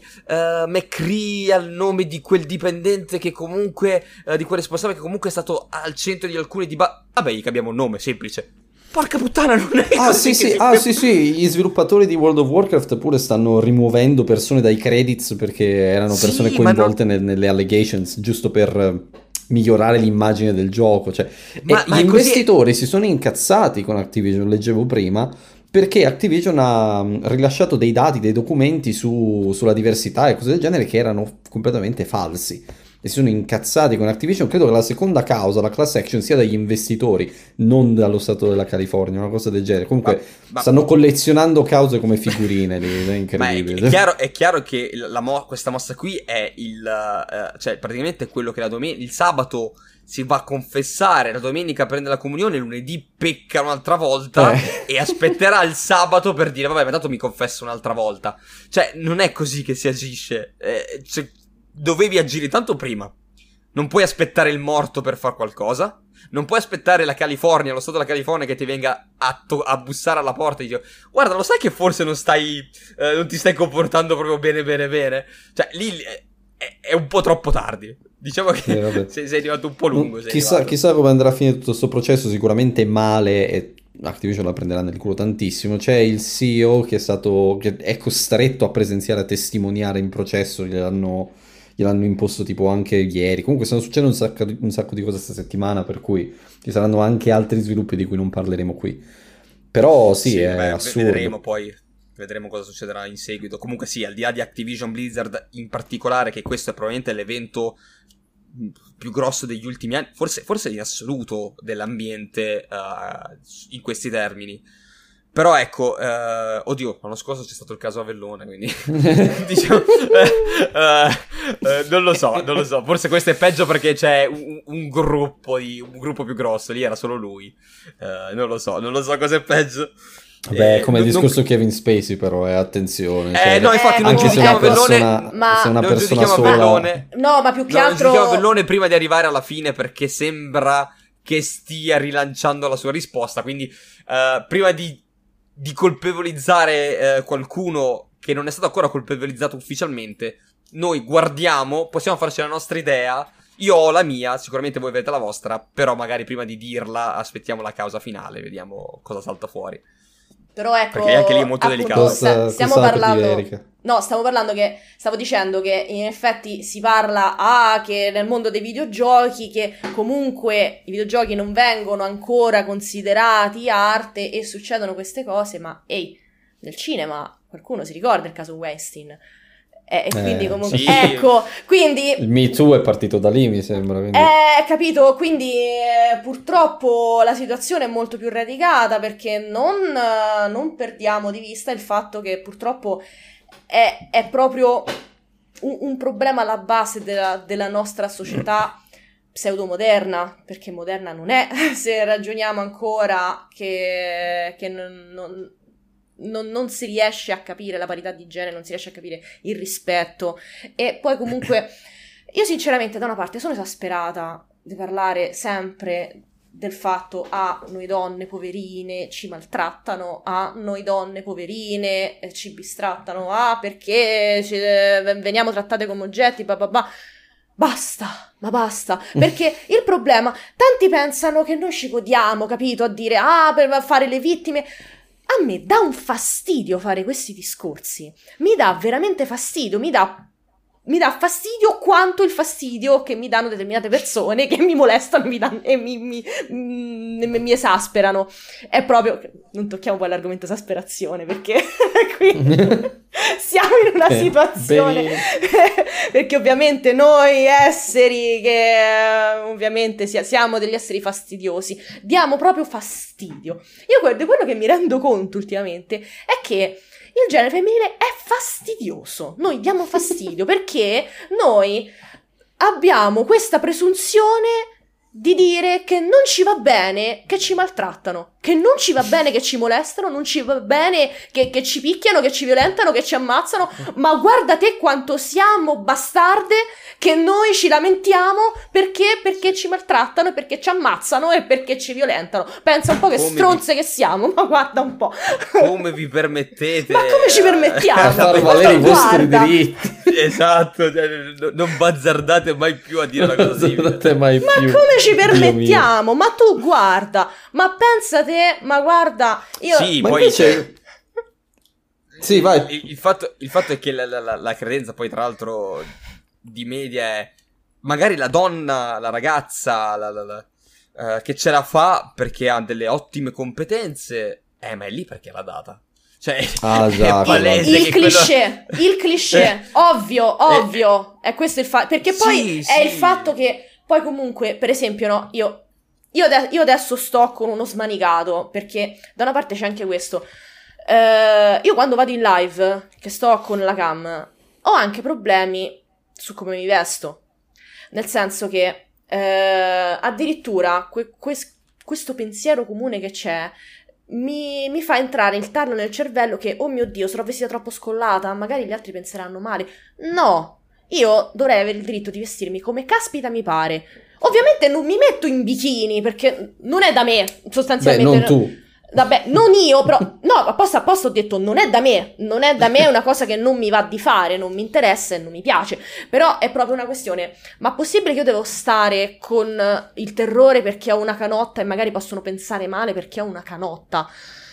McCree al nome di quel dipendente che comunque di quel responsabile che comunque è stato al centro di alcuni vabbè, gli cambiamo il nome, semplice. Porca puttana, non è così. Sì, gli sviluppatori di World of Warcraft pure stanno rimuovendo persone dai credits perché erano persone coinvolte nelle allegations, giusto per migliorare l'immagine del gioco. Cioè, gli investitori si sono incazzati con Activision, leggevo prima, perché Activision ha rilasciato dei dati, dei documenti sulla diversità e cose del genere che erano completamente falsi. E si sono incazzati con Activision. Credo che la seconda causa, la class action, sia dagli investitori, non dallo stato della California, una cosa del genere. Comunque stanno collezionando cause come figurine lì, è incredibile. Ma è chiaro che questa mossa qui è cioè praticamente quello che il sabato si va a confessare, la domenica prende la comunione, lunedì pecca un'altra volta e aspetterà il sabato per dire vabbè, ma tanto mi confesso un'altra volta. Cioè non è così che si agisce. Dovevi agire tanto prima. Non puoi aspettare il morto per far qualcosa. Non puoi aspettare la California, lo stato della California che ti venga a bussare alla porta e dici guarda, lo sai che forse non ti stai comportando proprio bene. Cioè lì è un po' troppo tardi. Diciamo che sei arrivato un po' lungo. Chissà come andrà a finire tutto questo processo. Sicuramente male, e Activision la prenderà nel culo tantissimo. C'è il CEO che è costretto a presenziare, a testimoniare in processo. Gliel'hanno imposto tipo anche ieri. Comunque stanno succedendo un sacco di cose questa settimana, per cui ci saranno anche altri sviluppi di cui non parleremo qui. Però sì, è assurdo. Vedremo cosa succederà in seguito. Comunque sì, al di là di Activision Blizzard in particolare, che questo è probabilmente l'evento più grosso degli ultimi anni, forse in assoluto dell'ambiente in questi termini. Però ecco, oddio, l'anno scorso c'è stato il caso Avellone, quindi diciamo, non lo so, forse questo è peggio perché c'è un gruppo più grosso, lì era solo lui, non lo so cosa è peggio. Vabbè, come il discorso Kevin Spacey, però, attenzione. Cioè, no, infatti non giudichiamo Avellone, se una persona sola. No, ma più che altro giudichiamo Avellone prima di arrivare alla fine, perché sembra che stia rilanciando la sua risposta, quindi prima di colpevolizzare qualcuno che non è stato ancora colpevolizzato ufficialmente, noi guardiamo, possiamo farci la nostra idea. Io ho la mia, sicuramente voi avete la vostra, però magari prima di dirla aspettiamo la causa finale, vediamo cosa salta fuori. Però ecco, perché anche lì è molto delicato. Stiamo dicendo che in effetti si parla che nel mondo dei videogiochi, che comunque i videogiochi non vengono ancora considerati arte e succedono queste cose, ma nel cinema qualcuno si ricorda il caso Weinstein? E quindi comunque, sì. ecco, quindi... Il Me Too è partito da lì, mi sembra. Quindi... capito, quindi purtroppo la situazione è molto più radicata, perché non perdiamo di vista il fatto che purtroppo è proprio un problema alla base della nostra società pseudomoderna, perché moderna non è, se ragioniamo ancora che non si riesce a capire la parità di genere, non si riesce a capire il rispetto. E poi comunque io sinceramente da una parte sono esasperata di parlare sempre del fatto noi donne poverine ci maltrattano, noi donne poverine ci bistrattano, perché veniamo trattate come oggetti, Basta, ma basta, perché il problema, tanti pensano che noi ci godiamo, capito, a dire, per fare le vittime. A me dà un fastidio fare questi discorsi, mi dà veramente fastidio, mi dà fastidio quanto il fastidio che mi danno determinate persone che mi molestano e mi esasperano. È proprio, non tocchiamo poi l'argomento esasperazione, perché qui siamo in una situazione perché ovviamente noi esseri che ovviamente siamo degli esseri fastidiosi, diamo proprio fastidio. Io quello che mi rendo conto ultimamente è che il genere femminile è fastidioso, noi diamo fastidio perché noi abbiamo questa presunzione di dire che non ci va bene che ci maltrattano, che non ci va bene che ci molestano, non ci va bene che ci picchiano, che ci violentano, che ci ammazzano, ma guarda te quanto siamo bastarde che noi ci lamentiamo perché ci maltrattano e perché ci ammazzano e perché ci violentano. Pensa un po' che stronze che siamo, ma guarda un po'. Come vi permettete? Ma come ci permettiamo? A far valere i vostri diritti. Esatto, non bazzardate mai più a dire una cosa simile. Mai ma più. come ci permettiamo? Ma tu guarda, ma pensa te, ma guarda, io... Sì, Ma poi invece... Sì, vai. il fatto è che la credenza poi tra l'altro di media è magari la donna, la ragazza che ce la fa perché ha delle ottime competenze, ma è lì perché l'ha data. Cioè, esatto, è palese il cliché, ovvio, è questo il fatto, perché poi sì, è il fatto che poi comunque, per esempio, no, io adesso sto con uno smanicato, perché da una parte c'è anche questo, io quando vado in live, che sto con la cam, ho anche problemi su come mi vesto, nel senso che addirittura questo pensiero comune che c'è mi fa entrare il tarlo nel cervello che, oh mio Dio, sarò vestita troppo scollata, magari gli altri penseranno male. No, io dovrei avere il diritto di vestirmi come caspita mi pare. Ovviamente non mi metto in bikini, perché non è da me, sostanzialmente. Beh, non tu. Vabbè, non io, però... No, apposta ho detto non è da me, è una cosa che non mi va di fare, non mi interessa e non mi piace. Però è proprio una questione, ma possibile che io devo stare con il terrore perché ho una canotta e magari possono pensare male perché ho una canotta?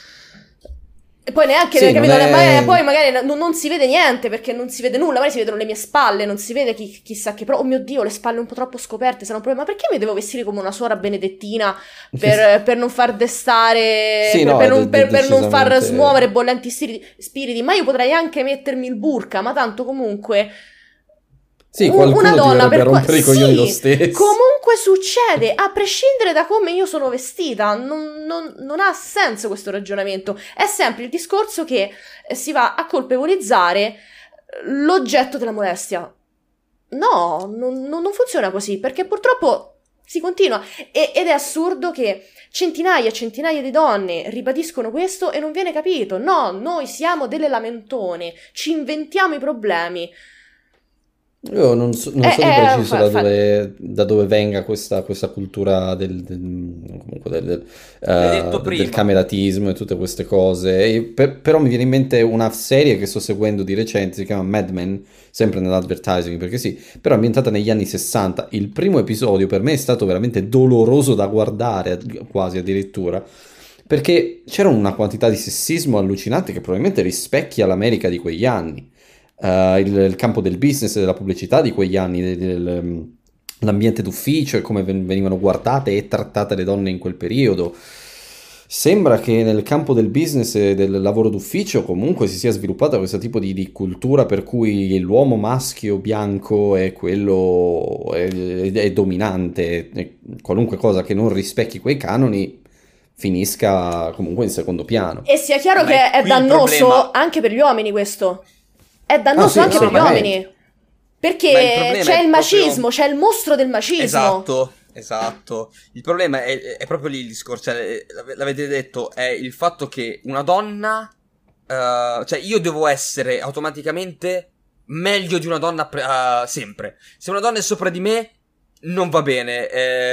E poi neanche, sì, capito? è... Poi magari non si vede niente, perché non si vede nulla, magari si vedono le mie spalle, non si vede chissà che, però, oh mio Dio, le spalle un po' troppo scoperte, sarà un problema. Ma perché mi devo vestire come una suora benedettina per non far destare, sì, per non far smuovere bollenti spiriti? Ma io potrei anche mettermi il burka, ma tanto comunque... Sì, qualcuno una donna ti rompere i coglioni lo stesso. Comunque succede, a prescindere da come io sono vestita, non ha senso questo ragionamento. È sempre il discorso che si va a colpevolizzare l'oggetto della molestia. No, non funziona così, perché purtroppo si continua ed è assurdo che centinaia e centinaia di donne ribadiscono questo e non viene capito. No, noi siamo delle lamentone, ci inventiamo i problemi. Io non so di preciso da dove venga questa cultura del cameratismo e tutte queste cose. Però mi viene in mente una serie che sto seguendo di recente, si chiama Mad Men, sempre nell'advertising, perché sì, però ambientata negli anni 60. Il primo episodio per me è stato veramente doloroso da guardare, quasi addirittura, perché c'era una quantità di sessismo allucinante che probabilmente rispecchia l'America di quegli anni. Il campo del business e della pubblicità di quegli anni, l'ambiente d'ufficio e come venivano guardate e trattate le donne in quel periodo. Sembra che nel campo del business e del lavoro d'ufficio comunque si sia sviluppata questo tipo di cultura per cui l'uomo maschio bianco è quello è dominante, e qualunque cosa che non rispecchi quei canoni finisca comunque in secondo piano. E sia chiaro Ma che è qui il dannoso problema- anche per gli uomini questo. È dannoso sì, anche per gli assolutamente. uomini. Ma il Perché problema c'è è il macismo, proprio- c'è il mostro del macismo. Esatto. Il problema è proprio lì il discorso. Cioè, l'avete detto, è il fatto che una donna. Cioè, io devo essere automaticamente meglio di una donna sempre. Se una donna è sopra di me, non va bene.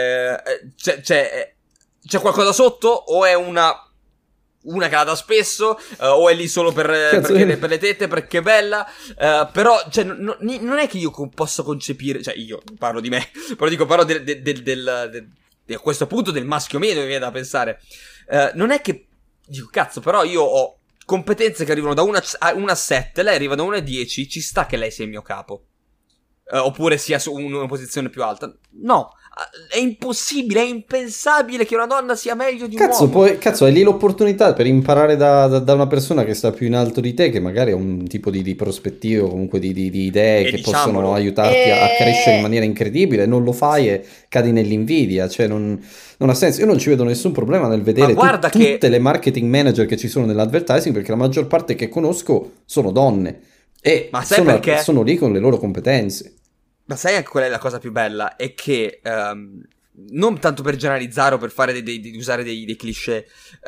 C'è qualcosa sotto, o è una che la dà spesso, o è lì solo per le tette, perché è bella. Però, cioè, non è che io posso concepire. Cioè, io parlo di me, però dico, parlo a questo punto del maschio medio, mi viene da pensare. Non è che dico, cazzo, però io ho competenze che arrivano da 1 a 7, lei arriva da 1 a 10, ci sta che lei sia il mio capo. Oppure sia su una posizione più alta. No, è impossibile, è impensabile che una donna sia meglio di un uomo. Cazzo, hai lì l'opportunità per imparare da una persona che sta più in alto di te, che magari ha un tipo di prospettive o comunque di idee E che diciamolo. possono aiutarti a crescere in maniera incredibile. Non lo fai e cadi nell'invidia, cioè non ha senso. Io non ci vedo nessun problema nel vedere guarda che- tutte le marketing manager che ci sono nell'advertising, perché la maggior parte che conosco sono donne e Ma sai perché? sono lì con le loro competenze. Ma sai anche qual è la cosa più bella? È che, non tanto per generalizzare o per fare di usare dei cliché,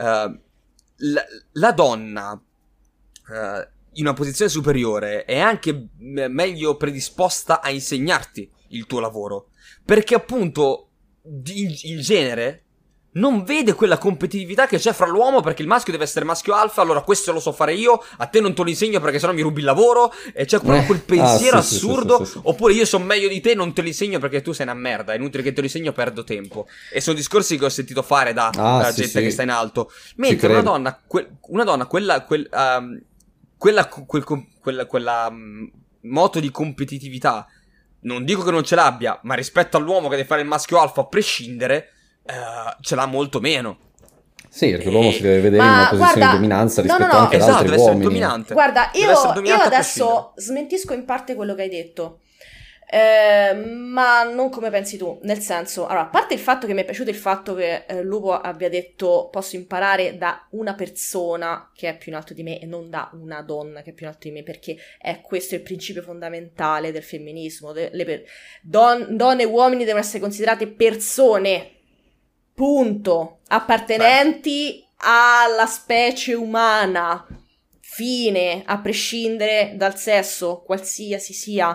la donna in una posizione superiore è anche meglio predisposta a insegnarti il tuo lavoro. Perché appunto il genere non vede quella competitività che c'è fra l'uomo, perché il maschio deve essere maschio alfa, allora questo lo so fare io, a te non te lo insegno perché sennò mi rubi il lavoro, e c'è quel pensiero sì, assurdo, sì. oppure io sono meglio di te, non te lo insegno perché tu sei una merda, è inutile che te lo insegno, perdo tempo. E sono discorsi che ho sentito fare da gente che sta in alto. Mentre una donna, quella moto di competitività, non dico che non ce l'abbia, ma rispetto all'uomo che deve fare il maschio alfa a prescindere, ce l'ha molto meno. Sì, perché l'uomo si deve vedere in una posizione di dominanza rispetto anche ad altri deve essere uomini. dominante. Guarda, Deve essere io dominante a adesso smentisco in parte quello che hai detto, ma non come pensi tu, nel senso, allora, a parte il fatto che mi è piaciuto il fatto che Lupo abbia detto posso imparare da una persona che è più in alto di me e non da una donna che è più in alto di me, perché è questo il principio fondamentale del femminismo. Donne e uomini devono essere considerate persone, punto, appartenenti alla specie umana, fine, a prescindere dal sesso, qualsiasi sia.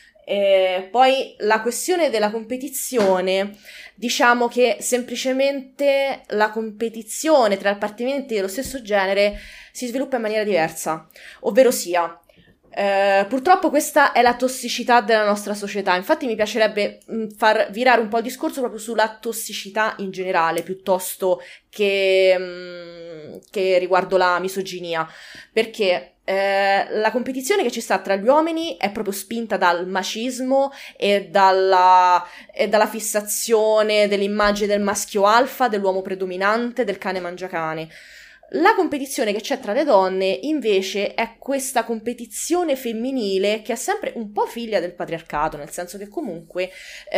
Poi la questione della competizione, diciamo che semplicemente la competizione tra appartenenti dello stesso genere si sviluppa in maniera diversa, ovvero sia, purtroppo questa è la tossicità della nostra società. Infatti mi piacerebbe far virare un po' il discorso proprio sulla tossicità in generale, piuttosto che riguardo la misoginia, perché la competizione che ci sta tra gli uomini è proprio spinta dal macismo e dalla fissazione dell'immagine del maschio alfa, dell'uomo predominante, del cane mangiacane. La competizione che c'è tra le donne invece è questa competizione femminile che è sempre un po' figlia del patriarcato, nel senso che comunque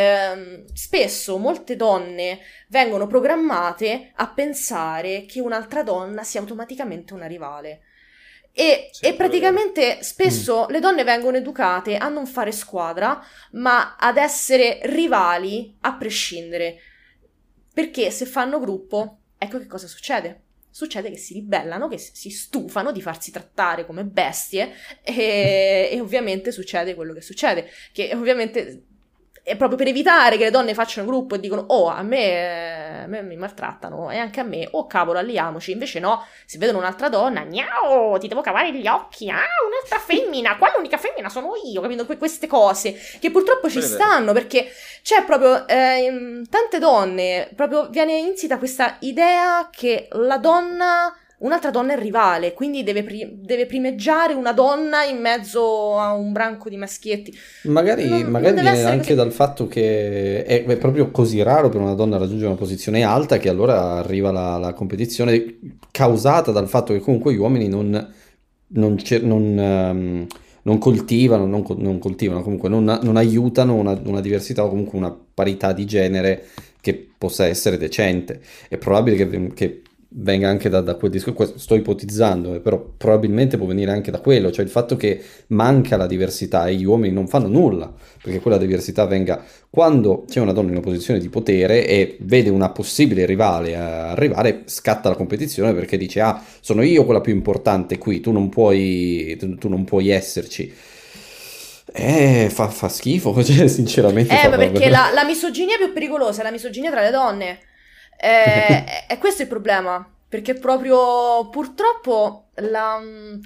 spesso molte donne vengono programmate a pensare che un'altra donna sia automaticamente una rivale. E praticamente spesso le donne vengono educate a non fare squadra, ma ad essere rivali a prescindere. Perché se fanno gruppo, ecco che cosa succede. Succede che si ribellano, che si stufano di farsi trattare come bestie e ovviamente succede quello che succede, che ovviamente è proprio per evitare che le donne facciano gruppo e dicono oh a me mi maltrattano e anche a me, oh cavolo alliamoci, invece no, si vedono un'altra donna, gnao, ti devo cavare gli occhi, un'altra femmina, qua l'unica femmina sono io, capito? Queste cose che purtroppo ci stanno, perché c'è proprio in tante donne proprio viene insita questa idea che la donna un'altra donna è rivale, quindi deve primeggiare una donna in mezzo a un branco di maschietti. Magari Non deve viene essere anche così. dal fatto che è proprio così raro per una donna raggiungere una posizione alta che allora arriva la competizione causata dal fatto che comunque gli uomini non coltivano, non coltivano, comunque non aiutano una diversità o comunque una parità di genere che possa essere decente. È probabile che venga anche da quel discorso, sto ipotizzando, però probabilmente può venire anche da quello, cioè il fatto che manca la diversità e gli uomini non fanno nulla perché quella diversità venga quando c'è una donna in una posizione di potere e vede una possibile rivale arrivare, scatta la competizione perché dice ah, sono io quella più importante qui, tu non puoi esserci. Fa schifo, cioè, sinceramente Ma perché la misoginia più pericolosa è la misoginia tra le donne. È questo il problema. Perché proprio purtroppo la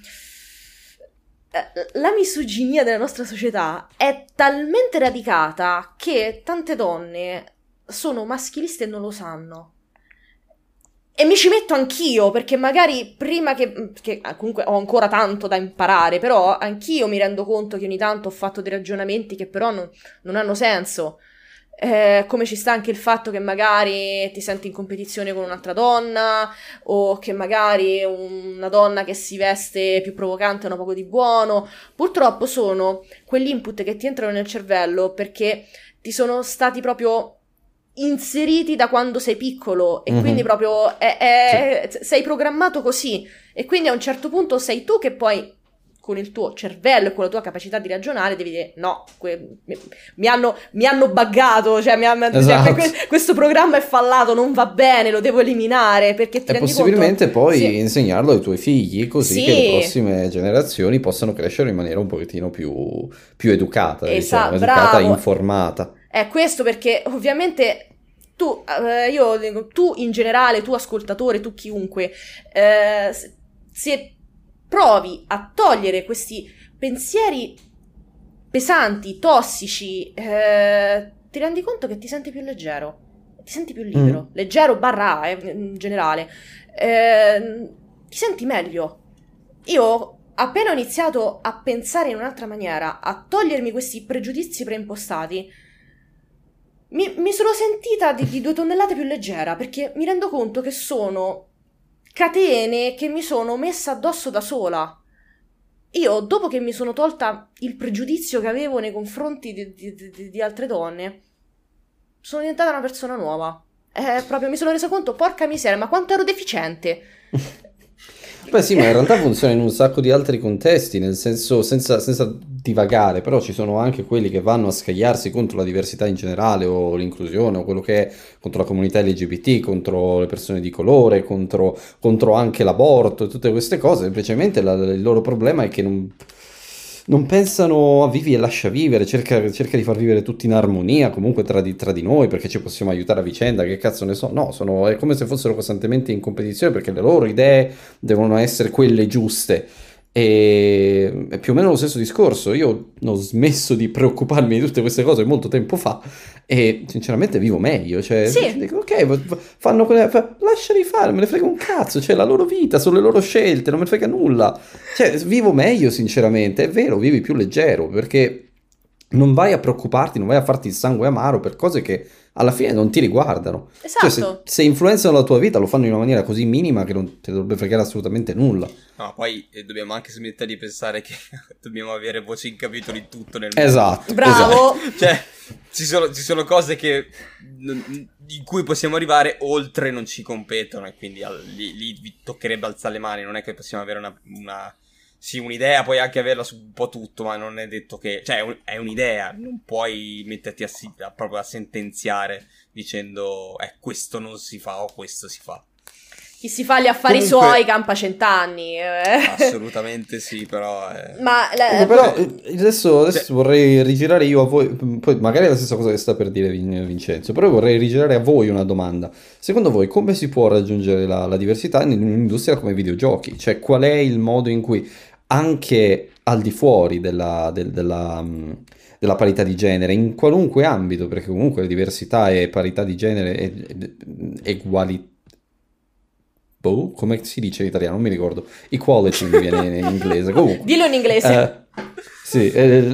misoginia della nostra società è talmente radicata che tante donne sono maschiliste e non lo sanno. E mi ci metto anch'io, perché magari prima che comunque ho ancora tanto da imparare, però anch'io mi rendo conto che ogni tanto ho fatto dei ragionamenti che però non hanno senso. Come ci sta anche il fatto che magari ti senti in competizione con un'altra donna, o che magari una donna che si veste più provocante ha poco di buono. Purtroppo sono quegli input che ti entrano nel cervello perché ti sono stati proprio inseriti da quando sei piccolo e quindi proprio sei programmato così e quindi a un certo punto sei tu che poi con il tuo cervello e con la tua capacità di ragionare devi dire no, mi hanno buggato, cioè, Esatto. questo programma è fallato, non va bene, lo devo eliminare perché ti E rendi possibilmente conto? poi Sì. insegnarlo ai tuoi figli così Sì. che le prossime generazioni possano crescere in maniera un pochettino più educata, diciamo, educata e Bravo. informata. È questo perché ovviamente io dico, tu in generale, tu ascoltatore, tu chiunque, se provi a togliere questi pensieri pesanti, tossici, ti rendi conto che ti senti più leggero, ti senti più libero, leggero barra A, in generale, ti senti meglio. Io appena ho iniziato a pensare in un'altra maniera, a togliermi questi pregiudizi preimpostati, mi sono sentita di 2 tonnellate più leggera, perché mi rendo conto che sono catene che mi sono messa addosso da sola. Io, dopo che mi sono tolta il pregiudizio che avevo nei confronti di altre donne, sono diventata una persona nuova. Proprio mi sono resa conto, porca miseria, ma quanto ero deficiente. Beh sì, ma in realtà funziona in un sacco di altri contesti, nel senso senza divagare, però ci sono anche quelli che vanno a scagliarsi contro la diversità in generale o l'inclusione o quello che è contro la comunità LGBT, contro le persone di colore, contro anche l'aborto e tutte queste cose. Semplicemente il loro problema è che non pensano a vivi e lascia vivere, cerca di far vivere tutti in armonia, comunque tra di noi, perché ci possiamo aiutare a vicenda, che cazzo ne so, no, è come se fossero costantemente in competizione, perché le loro idee devono essere quelle giuste, e è più o meno lo stesso discorso. Io ho smesso di preoccuparmi di tutte queste cose molto tempo fa, e sinceramente vivo meglio, cioè Sì. dico, ok, fanno lasciali fare, me ne frega un cazzo, cioè la loro vita, sono le loro scelte, non me ne frega nulla. Cioè, vivo meglio, sinceramente, è vero, vivi più leggero, perché non vai a preoccuparti, non vai a farti il sangue amaro per cose che alla fine non ti riguardano. Cioè, Esatto. se influenzano la tua vita, lo fanno in una maniera così minima che non ti dovrebbe fregare assolutamente nulla. No, poi dobbiamo anche smettere di pensare che dobbiamo avere voce in capitolo in tutto nel mondo. Esatto. Bravo. Cioè, ci sono cose che in cui possiamo arrivare, oltre non ci competono, e quindi lì vi toccherebbe alzare le mani. Non è che possiamo avere sì, un'idea, puoi anche averla su un po' tutto, ma non è detto che... Cioè, è un'idea, non puoi metterti proprio a sentenziare dicendo questo non si fa o questo si fa. Chi si fa gli affari Comunque- suoi campa 100 anni. Assolutamente sì, però... Ma Però adesso vorrei rigirare io a voi, poi magari è la stessa cosa che sta per dire Vincenzo, però vorrei rigirare a voi una domanda. Secondo voi come si può raggiungere la diversità in un'industria come i videogiochi? Cioè qual è il modo in cui anche al di fuori della parità di genere, in qualunque ambito, perché comunque diversità e parità di genere e come si dice in italiano, non mi ricordo, equality mi viene in inglese, comunque. Dillo in inglese. Sì,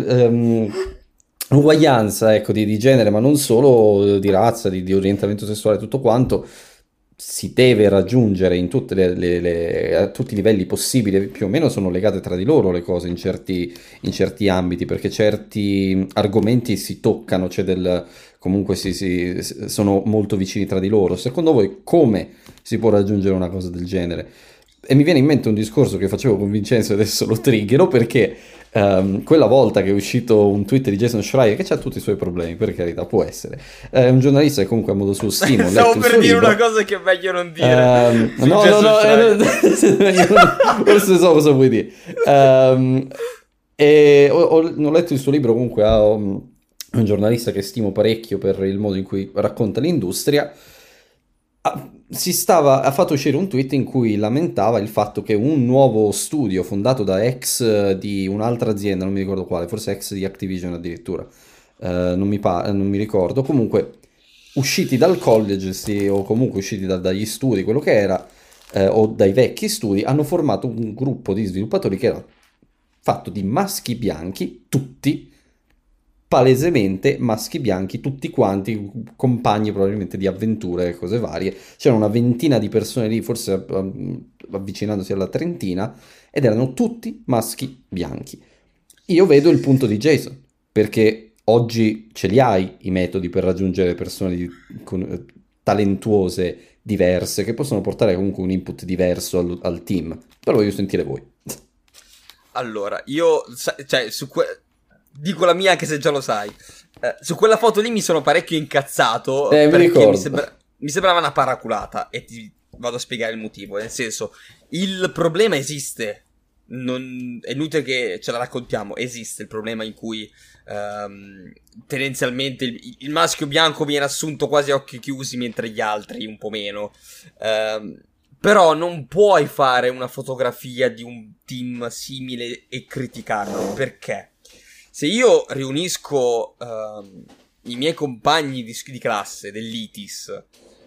uguaglianza, ecco, di genere, ma non solo di razza, di orientamento sessuale, tutto quanto si deve raggiungere in tutte a tutti i livelli possibili, più o meno sono legate tra di loro le cose in certi ambiti, perché certi argomenti si toccano, comunque sono molto vicini tra di loro. Secondo voi come si può raggiungere una cosa del genere? E mi viene in mente un discorso che facevo con Vincenzo e adesso lo triggero perché quella volta che è uscito un tweet di Jason Schreier, che ha tutti i suoi problemi, per carità, può essere, è un giornalista che comunque a modo suo stimo stavo per dire una cosa che è meglio non dire. No, forse so cosa vuoi dire. E ho letto il suo libro, comunque è un giornalista che stimo parecchio per il modo in cui racconta l'industria. Ha fatto uscire un tweet in cui lamentava il fatto che un nuovo studio fondato da ex di un'altra azienda, non mi ricordo quale, forse ex di Activision addirittura, non mi ricordo, comunque usciti dal college o comunque usciti dagli studi, quello che era, o dai vecchi studi, hanno formato un gruppo di sviluppatori che era fatto di maschi bianchi, tutti palesemente maschi bianchi, tutti quanti compagni probabilmente di avventure e cose varie. C'erano una ventina di persone lì, forse avvicinandosi alla trentina, ed erano tutti maschi bianchi. Io vedo il punto di Jason, perché oggi ce li hai i metodi per raggiungere persone talentuose, diverse, che possono portare comunque un input diverso al team. Però voglio sentire voi. Allora, io, cioè, dico la mia anche se già lo sai. Su quella foto lì mi sono parecchio incazzato perché mi sembrava una paraculata e ti vado a spiegare il motivo. Nel senso, il problema esiste, è inutile che ce la raccontiamo, esiste il problema in cui tendenzialmente il maschio bianco viene assunto quasi a occhi chiusi mentre gli altri un po' meno. Però non puoi fare una fotografia di un team simile e criticarlo, perché se io riunisco i miei compagni di classe dell'ITIS,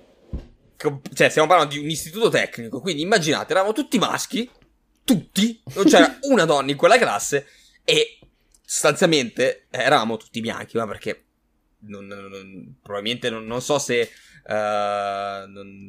cioè stiamo parlando di un istituto tecnico, quindi immaginate, eravamo tutti maschi, tutti, non c'era una donna in quella classe e sostanzialmente eravamo tutti bianchi, ma perché probabilmente non so se era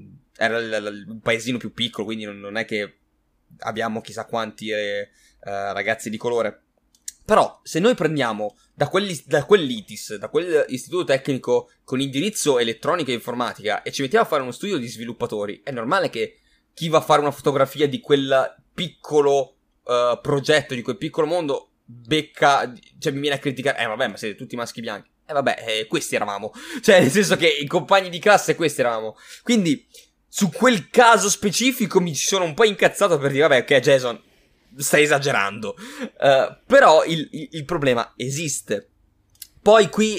un paesino più piccolo, quindi non è che abbiamo chissà quanti ragazzi di colore. Però se noi prendiamo da quell'ITIS, da quell'istituto tecnico con indirizzo elettronica e informatica, e ci mettiamo a fare uno studio di sviluppatori, è normale che chi va a fare una fotografia di quel piccolo progetto, di quel piccolo mondo, cioè mi viene a criticare, vabbè, ma siete tutti maschi bianchi. Vabbè, questi eravamo. Cioè, nel senso che i compagni di classe questi eravamo. Quindi, su quel caso specifico mi ci sono un po' incazzato per dire, vabbè, ok, Jason, stai esagerando. Però il problema esiste. Poi qui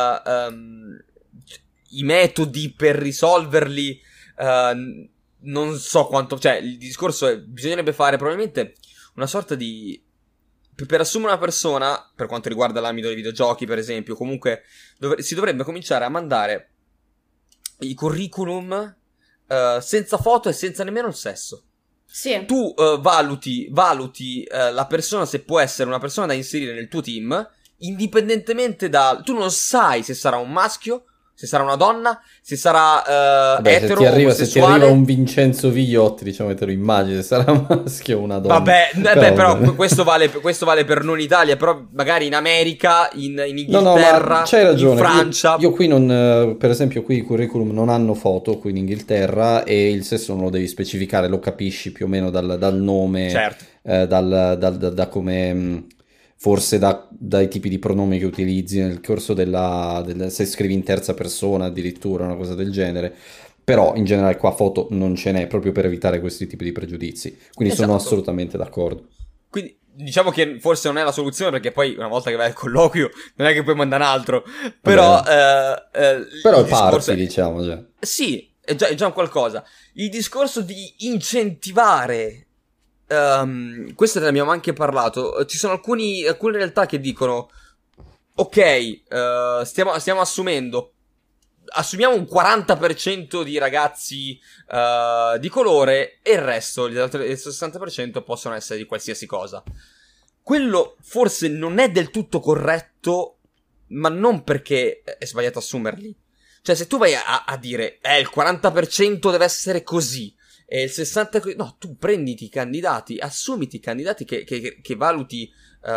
i metodi per risolverli non so quanto. Cioè, il discorso è, bisognerebbe fare probabilmente una sorta di, per assumere una persona, per quanto riguarda l'ambito dei videogiochi per esempio, comunque si dovrebbe cominciare a mandare i curriculum senza foto e senza nemmeno il sesso. Sì. Tu valuti la persona, se può essere una persona da inserire nel tuo team, indipendentemente tu non sai se sarà un maschio, se sarà una donna, se sarà etero, omosessuale. Se ti arriva un Vincenzo Vigliotti, diciamo, te lo immagini, se sarà un maschio o una donna. Vabbè, però questo vale per non Italia, però magari in America, in Inghilterra, c'hai ragione. In Francia. Io qui per esempio qui i curriculum non hanno foto qui in Inghilterra e il sesso non lo devi specificare, lo capisci più o meno dal nome, certo. da come... Forse dai tipi di pronomi che utilizzi nel corso se scrivi in terza persona addirittura, una cosa del genere. Però in generale qua foto non ce n'è, proprio per evitare questi tipi di pregiudizi. Quindi sono assolutamente d'accordo. Quindi diciamo che forse non è la soluzione, perché poi una volta che vai al colloquio non è che puoi mandare un altro. Però però parti, diciamo già. Sì, è già un qualcosa. Il discorso di incentivare... questo ne abbiamo anche parlato. Ci sono alcune realtà che dicono: ok, stiamo assumendo assumiamo un 40% di ragazzi di colore e il resto, il 60% possono essere di qualsiasi cosa. Quello forse non è del tutto corretto, ma non perché è sbagliato assumerli. Cioè, se tu vai a dire il 40% deve essere così e il 60%... No, tu prenditi i candidati, assumiti i candidati che valuti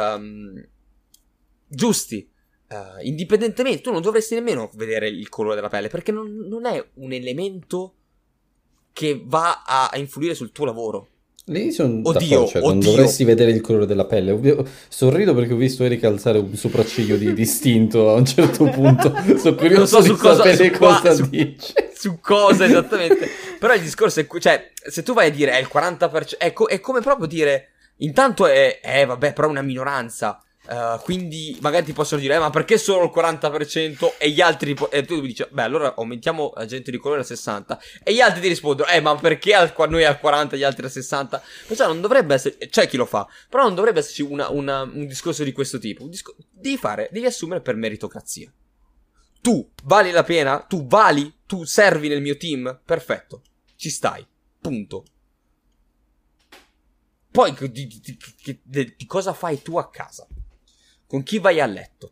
giusti. Indipendentemente, tu non dovresti nemmeno vedere il colore della pelle, perché non è un elemento che va a influire sul tuo lavoro. Lì sono d'accordo, cioè, non dovresti vedere il colore della pelle. Sorrido perché ho visto Erika alzare un sopracciglio di distinto a un certo punto. Sono curioso di sapere cosa dice. Su cosa esattamente. Però il discorso è, cioè, se tu vai a dire è il 40%, è come proprio dire, intanto vabbè, però è una minoranza. Quindi magari ti possono dire ma perché solo il 40% e gli altri e tu dici beh allora aumentiamo la gente di colore al 60 e gli altri ti rispondono ma perché noi al 40 e gli altri al 60, perciò non dovrebbe essere, c'è chi lo fa, però non dovrebbe esserci un discorso di questo tipo. Devi assumere per meritocrazia. Tu vali la pena, tu servi nel mio team, perfetto, ci stai, punto. Poi di cosa fai tu a casa? Con chi vai a letto?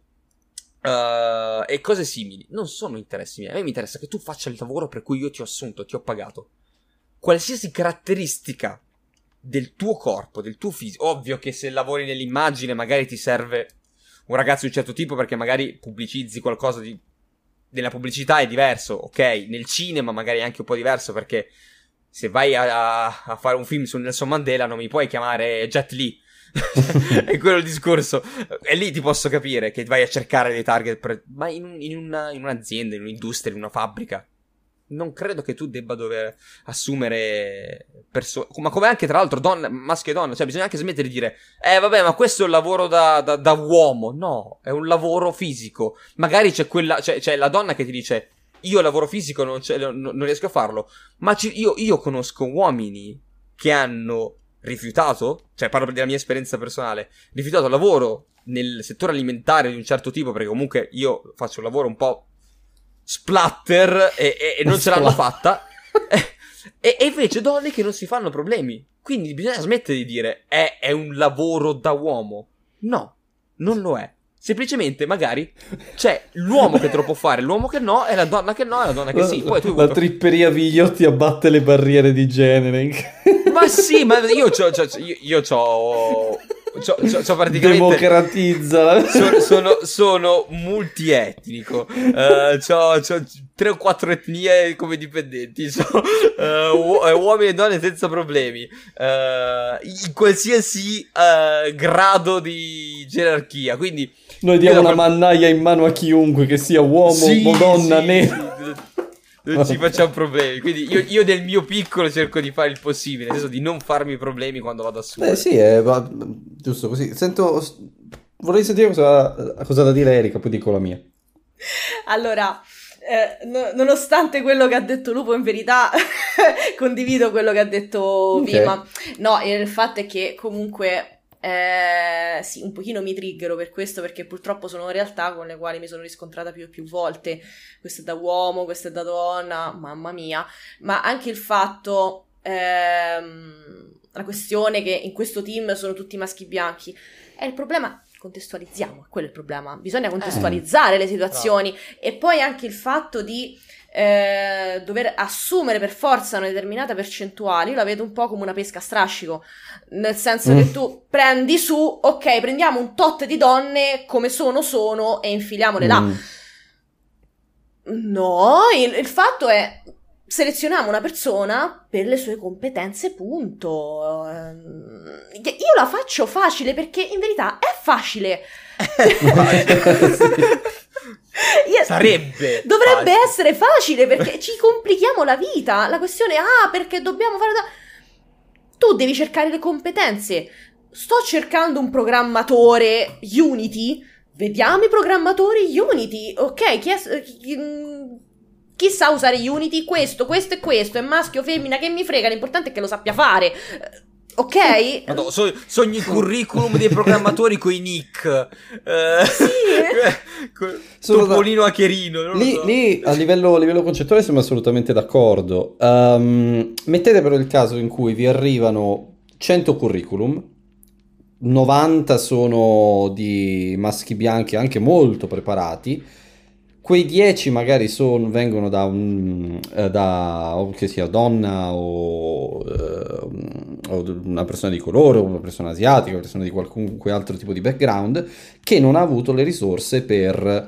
E cose simili. Non sono interessi miei. A me mi interessa che tu faccia il lavoro per cui io ti ho assunto, ti ho pagato. Qualsiasi caratteristica del tuo corpo, del tuo fisico. Ovvio che se lavori nell'immagine magari ti serve un ragazzo di un certo tipo perché magari pubblicizzi qualcosa della pubblicità è diverso, ok? Nel cinema magari è anche un po' diverso perché se vai a fare un film su Nelson Mandela non mi puoi chiamare Jet Li. È quello il discorso. E lì ti posso capire che vai a cercare dei target ma in un'azienda, in un'industria, in una fabbrica non credo che tu debba dover assumere persone, ma come anche tra l'altro maschio e donna, cioè bisogna anche smettere di dire vabbè ma questo è un lavoro da uomo. No, è un lavoro fisico. Magari c'è la donna che ti dice io lavoro fisico non riesco a farlo, ma io conosco uomini che hanno rifiutato, cioè parlo della mia esperienza personale, rifiutato lavoro nel settore alimentare di un certo tipo perché comunque io faccio un lavoro un po' splatter e non ce l'hanno fatta e invece donne che non si fanno problemi. Quindi bisogna smettere di dire è un lavoro da uomo. No, non lo è. Semplicemente magari c'è l'uomo che te lo può fare, l'uomo che no, e la donna che no, e la donna che sì. Poi tu la tripperia Vigliotti abbatte le barriere di genere. Ma sì, ma io c'ho praticamente democratizza. Sono multietnico. C'ho 3 o 4 etnie come dipendenti. Uomini e donne senza problemi. In qualsiasi grado di gerarchia. Quindi noi diamo una mannaia in mano a chiunque, che sia uomo o donna, nera. Non ci facciamo problemi. Quindi io del mio piccolo cerco di fare il possibile, nel senso di non farmi problemi quando vado a assumere. Sì, giusto così. Vorrei sentire cosa da dire Erika, poi dico la mia. Allora, nonostante quello che ha detto Lupo, in verità condivido quello che ha detto Vima. No, il fatto è che comunque sì, un pochino mi triggero per questo, perché purtroppo sono realtà con le quali mi sono riscontrata più e più volte. Questo è da uomo, questo è da donna, mamma mia. Ma anche il fatto, la questione che in questo team sono tutti maschi bianchi, è il problema. Contestualizziamo, quello è il problema. Bisogna contestualizzare le situazioni. E poi anche il fatto di dover assumere per forza una determinata percentuale. Io la vedo un po' come una pesca a strascico, nel senso che tu prendi su, ok, prendiamo un tot di donne come sono e infiliamole là. No, il fatto è selezioniamo una persona per le sue competenze, punto. Io la faccio facile perché in verità è facile. Sarebbe dovrebbe essere facile, perché ci complichiamo la vita. La questione perché dobbiamo fare tu devi cercare le competenze. Sto cercando un programmatore Unity, vediamo i programmatori Unity. Ok, chi sa usare Unity? Questo e questo, è maschio, femmina, che mi frega, l'importante è che lo sappia fare. Ok? Madonna, sogni il curriculum dei programmatori coi nick. Topolino Acherino. Lì a livello concettuale siamo assolutamente d'accordo. Mettete però il caso in cui vi arrivano 100 curriculum, 90 sono di maschi bianchi anche molto preparati. Quei 10 magari vengono da che sia donna o una persona di colore, o una persona asiatica, una persona di qualunque altro tipo di background, che non ha avuto le risorse per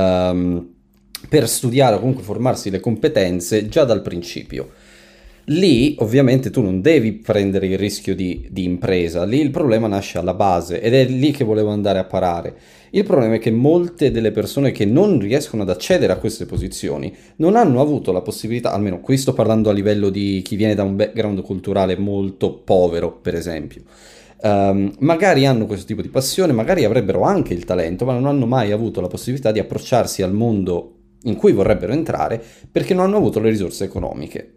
studiare o comunque formarsi le competenze già dal principio. Lì ovviamente tu non devi prendere il rischio di impresa, lì il problema nasce alla base ed è lì che volevo andare a parare. Il problema è che molte delle persone che non riescono ad accedere a queste posizioni non hanno avuto la possibilità, almeno qui sto parlando a livello di chi viene da un background culturale molto povero, per esempio. Magari hanno questo tipo di passione, magari avrebbero anche il talento, ma non hanno mai avuto la possibilità di approcciarsi al mondo in cui vorrebbero entrare perché non hanno avuto le risorse economiche.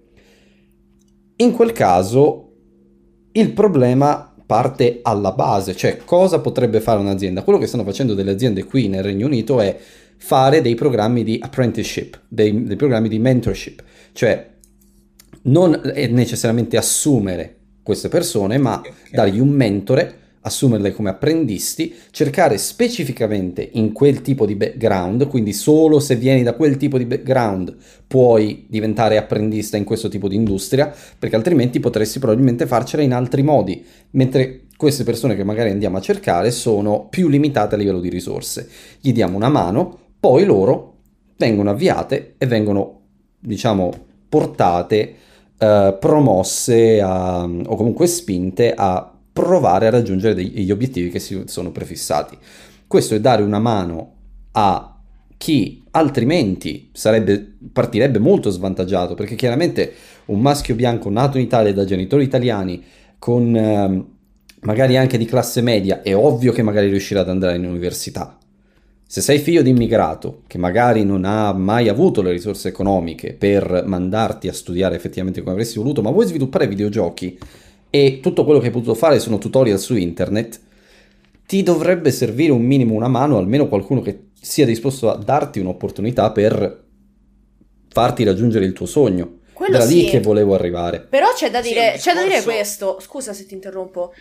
In quel caso il problema parte alla base, cioè cosa potrebbe fare un'azienda? Quello che stanno facendo delle aziende qui nel Regno Unito è fare dei programmi di apprenticeship, dei programmi di mentorship, cioè non necessariamente assumere queste persone, ma dargli un mentore, assumerle come apprendisti, cercare specificamente in quel tipo di background, quindi solo se vieni da quel tipo di background puoi diventare apprendista in questo tipo di industria, perché altrimenti potresti probabilmente farcela in altri modi, mentre queste persone che magari andiamo a cercare sono più limitate a livello di risorse. Gli diamo una mano, poi loro vengono avviate e vengono, diciamo, portate, promosse o comunque spinte a provare a raggiungere gli obiettivi che si sono prefissati. Questo è dare una mano a chi altrimenti partirebbe molto svantaggiato, perché chiaramente un maschio bianco nato in Italia da genitori italiani con magari anche di classe media è ovvio che magari riuscirà ad andare in università. Se sei figlio di immigrato che magari non ha mai avuto le risorse economiche per mandarti a studiare effettivamente come avresti voluto, ma vuoi sviluppare videogiochi e tutto quello che hai potuto fare sono tutorial su internet, ti dovrebbe servire un minimo, una mano, almeno qualcuno che sia disposto a darti un'opportunità per farti raggiungere il tuo sogno. Quello Era lì sì. che volevo arrivare. Però c'è da dire, Sì, c'è da dire questo. Scusa se ti interrompo.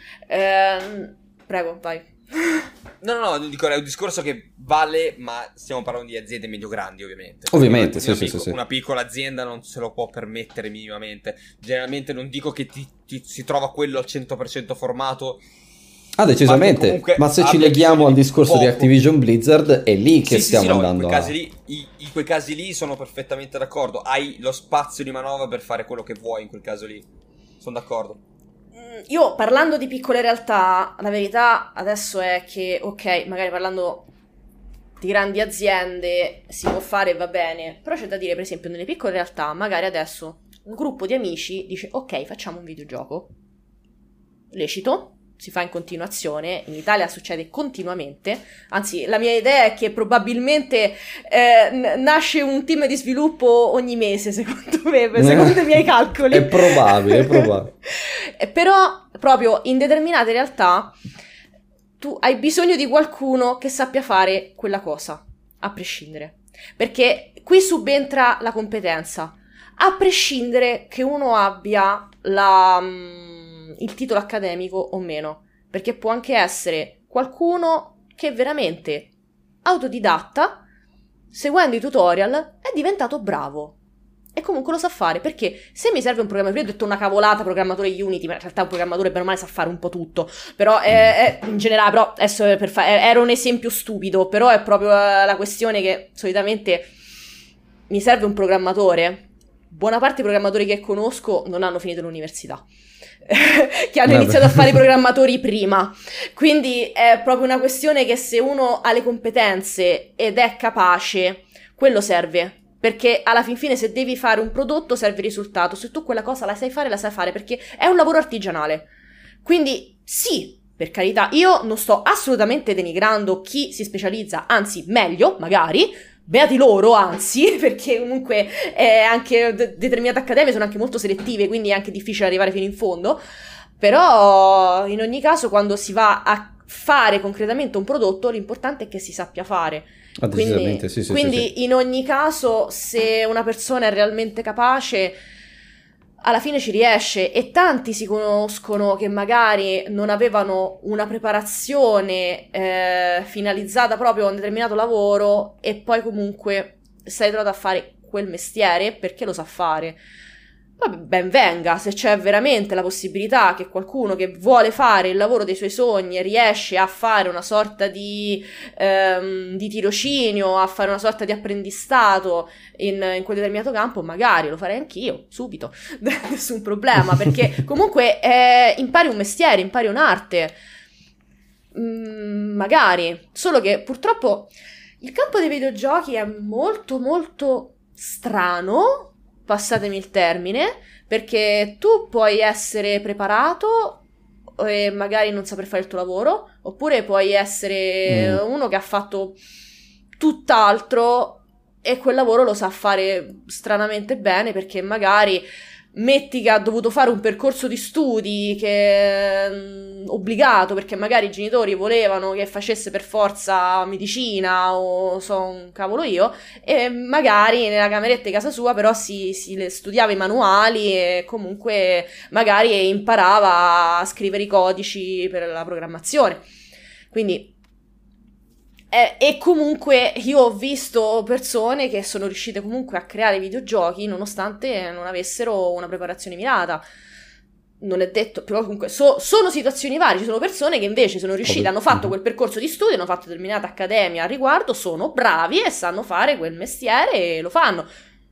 Prego, vai. No, dico, è un discorso che vale, ma stiamo parlando di aziende medio-grandi, ovviamente. Ovviamente, Sì. Una piccola azienda non se lo può permettere minimamente. Generalmente non dico che si trova quello al 100% formato. Ah, decisamente, ma se ci leghiamo al discorso di Activision Blizzard è lì che stiamo andando in quei casi lì sono perfettamente d'accordo. Hai lo spazio di manovra per fare quello che vuoi in quel caso lì. Sono d'accordo. Io parlando di piccole realtà, la verità adesso è che, ok, magari parlando di grandi aziende si può fare e va bene, però c'è da dire, per esempio, nelle piccole realtà, magari adesso un gruppo di amici dice, ok, facciamo un videogioco, lecito, si fa in continuazione, in Italia succede continuamente, anzi la mia idea è che probabilmente nasce un team di sviluppo ogni mese, secondo me, secondo i miei calcoli. È probabile. Però proprio in determinate realtà tu hai bisogno di qualcuno che sappia fare quella cosa, a prescindere, perché qui subentra la competenza, a prescindere che uno abbia il titolo accademico o meno, perché può anche essere qualcuno che veramente autodidatta, seguendo i tutorial, è diventato bravo e comunque lo sa fare, perché se mi serve un programmatore, io ho detto una cavolata, programmatore Unity, ma in realtà un programmatore bene o male sa fare un po' tutto, però in generale, però adesso era un esempio stupido, però è proprio la questione che solitamente mi serve un programmatore. Buona parte dei programmatori che conosco non hanno finito l'università, che hanno iniziato a fare i programmatori prima, quindi è proprio una questione che se uno ha le competenze ed è capace, quello serve, perché alla fin fine se devi fare un prodotto serve il risultato, se tu quella cosa la sai fare perché è un lavoro artigianale, quindi sì, per carità, io non sto assolutamente denigrando chi si specializza, anzi meglio magari, beati loro, anzi, perché comunque anche determinate accademie sono anche molto selettive, quindi è anche difficile arrivare fino in fondo. Però in ogni caso quando si va a fare concretamente un prodotto l'importante è che si sappia fare. Decisamente, Quindi in ogni caso se una persona è realmente capace alla fine ci riesce, e tanti si conoscono che magari non avevano una preparazione finalizzata proprio a un determinato lavoro e poi comunque sei trovato a fare quel mestiere perché lo sa fare. Vabbè, ben venga, se c'è veramente la possibilità che qualcuno che vuole fare il lavoro dei suoi sogni riesce a fare una sorta di tirocinio, a fare una sorta di apprendistato in quel determinato campo, magari lo farei anch'io, subito, nessun problema, perché comunque impari un mestiere, impari un'arte, magari, solo che purtroppo il campo dei videogiochi è molto molto strano, passatemi il termine, perché tu puoi essere preparato e magari non saper fare il tuo lavoro, oppure puoi essere uno che ha fatto tutt'altro e quel lavoro lo sa fare stranamente bene, perché magari metti che ha dovuto fare un percorso di studi che obbligato, perché magari i genitori volevano che facesse per forza medicina o so un cavolo io, e magari nella cameretta di casa sua però si studiava i manuali e comunque magari imparava a scrivere i codici per la programmazione. Quindi e comunque io ho visto persone che sono riuscite comunque a creare videogiochi nonostante non avessero una preparazione mirata. Non è detto, però comunque sono situazioni varie. Ci sono persone che invece sono riuscite, hanno fatto quel percorso di studio, hanno fatto determinata accademia al riguardo, sono bravi e sanno fare quel mestiere e lo fanno.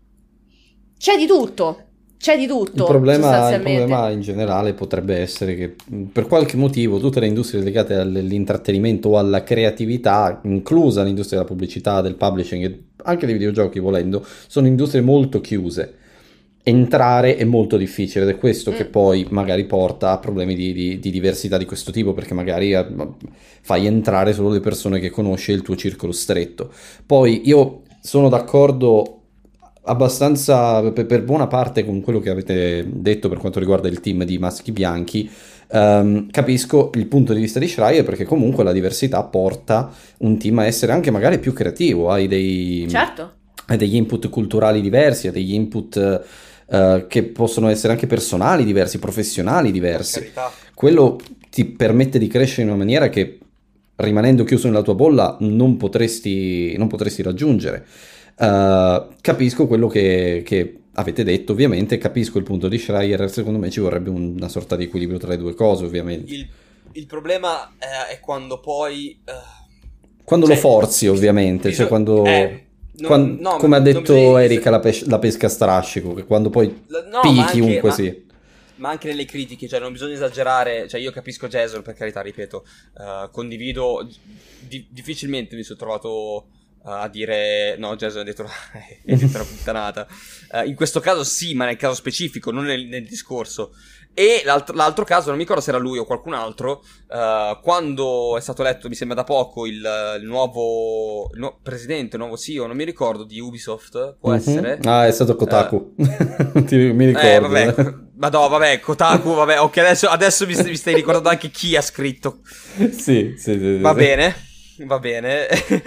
C'è di tutto. Il problema in generale potrebbe essere che per qualche motivo tutte le industrie legate all'intrattenimento o alla creatività, inclusa l'industria della pubblicità, del publishing e anche dei videogiochi volendo, sono industrie molto chiuse. Entrare è molto difficile ed è questo che poi magari porta a problemi di diversità di questo tipo, perché magari fai entrare solo le persone che conosci e il tuo circolo stretto. Poi io sono d'accordo abbastanza per buona parte con quello che avete detto per quanto riguarda il team di Maschi Bianchi. Capisco il punto di vista di Schreier, perché comunque la diversità porta un team a essere anche magari più creativo, hai degli input culturali diversi, hai degli input che possono essere anche personali diversi, professionali diversi. Quello ti permette di crescere in una maniera che, rimanendo chiuso nella tua bolla, non potresti raggiungere. Capisco quello che avete detto, ovviamente capisco il punto di Schreier. Secondo me ci vorrebbe una sorta di equilibrio tra le due cose, ovviamente. Il problema è quando poi quando lo forzi, ovviamente, cioè quando come ha detto Erika, la pesca a strascico, che quando poi picchi un così. Ma anche nelle critiche, cioè non bisogna esagerare. Cioè io capisco Jason, per carità, ripeto, condivido, difficilmente mi sono trovato a dire no, Jason ha detto una puttanata. In questo caso sì, ma nel caso specifico, non nel discorso. E l'altro caso, non mi ricordo se era lui o qualcun altro, quando è stato eletto, mi sembra da poco, il nuovo presidente, il nuovo CEO, non mi ricordo, di Ubisoft, può essere? Ah, è stato Kotaku. Mi ricordo. Vabbè, Kotaku, vabbè, ok, adesso mi stai ricordando anche chi ha scritto. Sì. Va bene.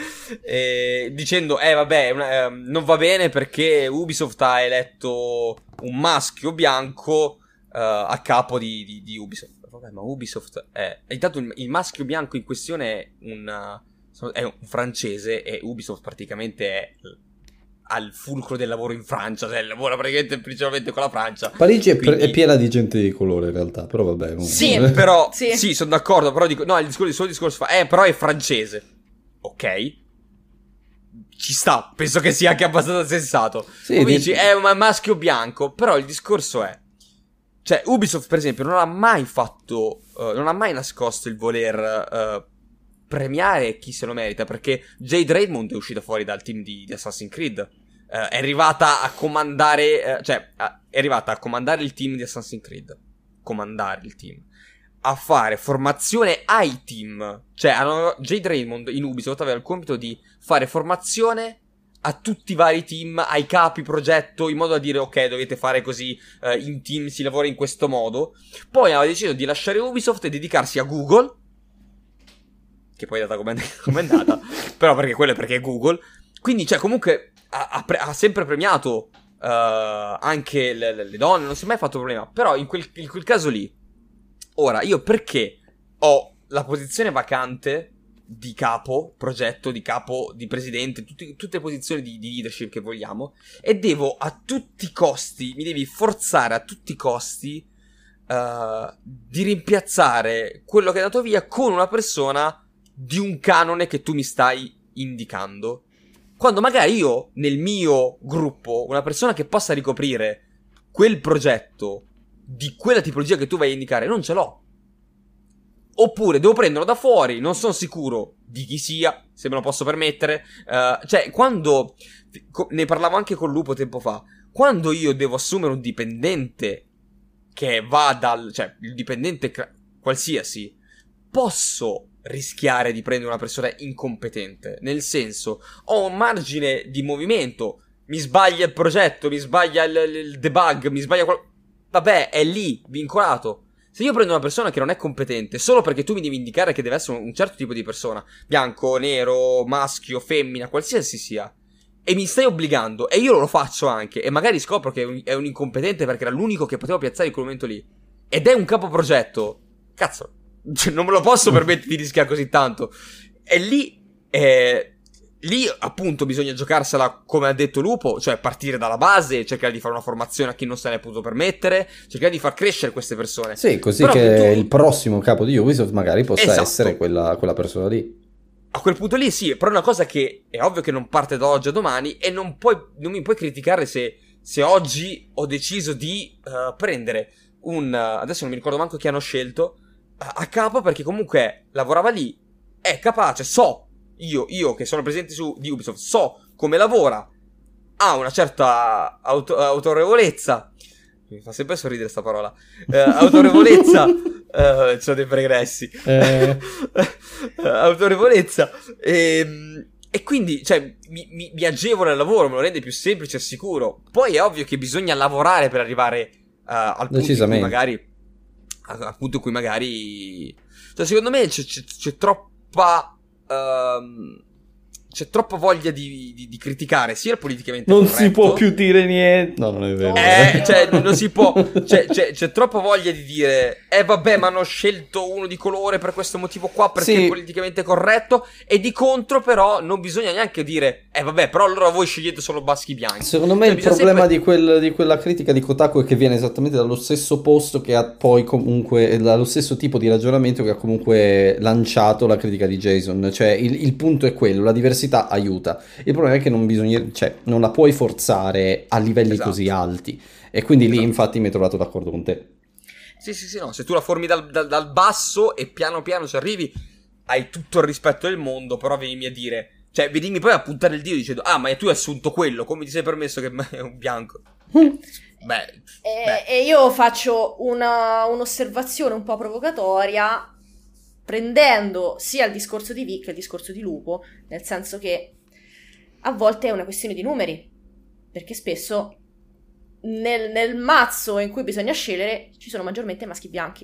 Dicendo vabbè, non va bene perché Ubisoft ha eletto un maschio bianco a capo di Ubisoft. Vabbè, ma Ubisoft intanto il maschio bianco in questione è un francese, e Ubisoft praticamente è al fulcro del lavoro in Francia, cioè lavora praticamente principalmente con la Francia. Parigi è piena di gente di colore in realtà, però vabbè. Sì, però sì, sono d'accordo, però dico no, il solo discorso però è francese. Ok. Ci sta, penso che sia anche abbastanza sensato. Sì, come dici, è un maschio bianco, però il discorso è, cioè Ubisoft per esempio non ha mai nascosto il voler premiare chi se lo merita, perché Jade Raymond è uscita fuori dal team di Assassin's Creed, è arrivata a comandare il team di Assassin's Creed, a fare formazione ai team, cioè Jade Raymond in Ubisoft aveva il compito di fare formazione a tutti i vari team, ai capi progetto, in modo da dire ok, dovete fare così, in team si lavora in questo modo. Poi aveva deciso di lasciare Ubisoft e dedicarsi a Google, che poi è data come è andata, però perché è Google. Quindi cioè comunque ha sempre premiato anche le donne, non si è mai fatto problema. Però in quel caso lì, ora io perché ho la posizione vacante di capo progetto, di capo, di presidente, tutte le posizioni di leadership che vogliamo, e devo a tutti i costi, mi devi forzare a tutti i costi di rimpiazzare quello che è andato via con una persona di un canone che tu mi stai indicando, quando magari io nel mio gruppo una persona che possa ricoprire quel progetto di quella tipologia che tu vai a indicare non ce l'ho. Oppure devo prenderlo da fuori, non sono sicuro di chi sia, se me lo posso permettere. Cioè, quando ne parlavo anche con Lupo tempo fa, quando io devo assumere un dipendente che va cioè, il dipendente qualsiasi, posso rischiare di prendere una persona incompetente. Nel senso, ho un margine di movimento, mi sbaglia il progetto, mi sbaglia il debug, mi sbaglia vabbè, è lì, vincolato. Se io prendo una persona che non è competente solo perché tu mi devi indicare che deve essere un certo tipo di persona, bianco, nero, maschio, femmina, qualsiasi sia, e mi stai obbligando, e io lo faccio anche, e magari scopro che è un incompetente perché era l'unico che potevo piazzare in quel momento lì, ed è un capo progetto, cazzo, cioè, non me lo posso permettere di rischiare così tanto. E lì appunto bisogna giocarsela come ha detto Lupo, cioè partire dalla base, cercare di fare una formazione a chi non se ne è potuto permettere, cercare di far crescere queste persone. Sì, così però che il prossimo capo di Ubisoft magari possa essere quella persona lì. A quel punto lì sì, però è una cosa che è ovvio che non parte da oggi a domani, e non mi puoi criticare se oggi ho deciso di prendere adesso non mi ricordo manco chi hanno scelto a capo, perché comunque lavorava lì, è capace, io che sono presente di Ubisoft, so come lavora, ha una certa autorevolezza, mi fa sempre sorridere sta parola, autorevolezza, sono dei pregressi, autorevolezza, e quindi cioè mi agevola il lavoro, me lo rende più semplice e sicuro. Poi è ovvio che bisogna lavorare per arrivare al punto in cui magari cioè secondo me c'è troppa c'è troppa voglia di criticare sia il politicamente non corretto. Si può più dire niente. No, non è vero. Cioè non si può, c'è troppa voglia di dire vabbè, ma hanno scelto uno di colore per questo motivo qua perché è politicamente corretto, e di contro però non bisogna neanche dire vabbè, però allora voi scegliete solo baschi bianchi. Secondo me il problema di quella critica di Kotaku è che viene esattamente dallo stesso posto che ha poi comunque dallo stesso tipo di ragionamento che ha comunque lanciato la critica di Jason. Cioè il punto è quello, la diversità aiuta, il problema è che non la puoi forzare a livelli così alti, e quindi lì infatti mi hai trovato d'accordo con te. Sì, no, se tu la formi dal basso e piano piano ci arrivi, hai tutto il rispetto del mondo, però venimi a dire, cioè venimi poi a puntare il dito dicendo ma tu hai assunto quello, come ti sei permesso che è un bianco? E io faccio un'osservazione un po' provocatoria, prendendo sia il discorso di Vic che il discorso di Lupo, nel senso che a volte è una questione di numeri, perché spesso nel mazzo in cui bisogna scegliere ci sono maggiormente maschi bianchi.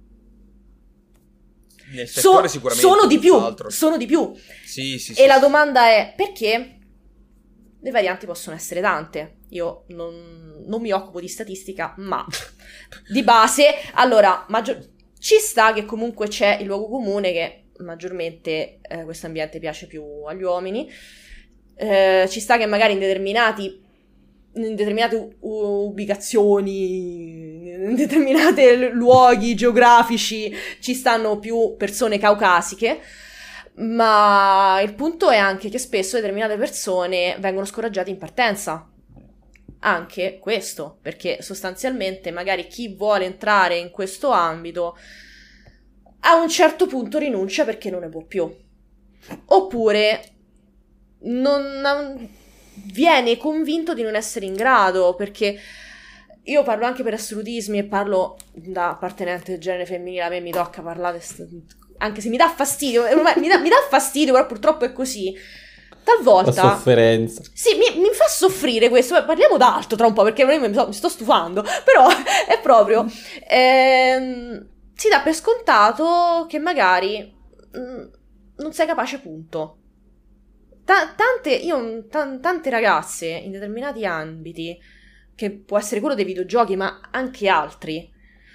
Nel settore sicuramente sono di più. Sì. E la domanda è perché le varianti possono essere tante. Io non mi occupo di statistica, ma di base allora ci sta che comunque c'è il luogo comune che maggiormente questo ambiente piace più agli uomini, ci sta che magari in determinate ubicazioni, in determinati luoghi geografici ci stanno più persone caucasiche, ma il punto è anche che spesso determinate persone vengono scoraggiate in partenza. Anche questo, perché sostanzialmente magari chi vuole entrare in questo ambito a un certo punto rinuncia perché non ne può più, oppure non viene convinto di non essere in grado, perché io parlo anche per assolutismi e parlo da appartenente del genere femminile, a me mi tocca parlare anche se mi dà fastidio, mi dà fastidio, però purtroppo è così. talvolta... La sofferenza. Sì, mi fa soffrire questo. Parliamo d'altro tra un po', perché mi sto stufando. Però è proprio... si dà per scontato che magari non sei capace, punto. Tante ragazze in determinati ambiti, che può essere quello dei videogiochi, ma anche altri,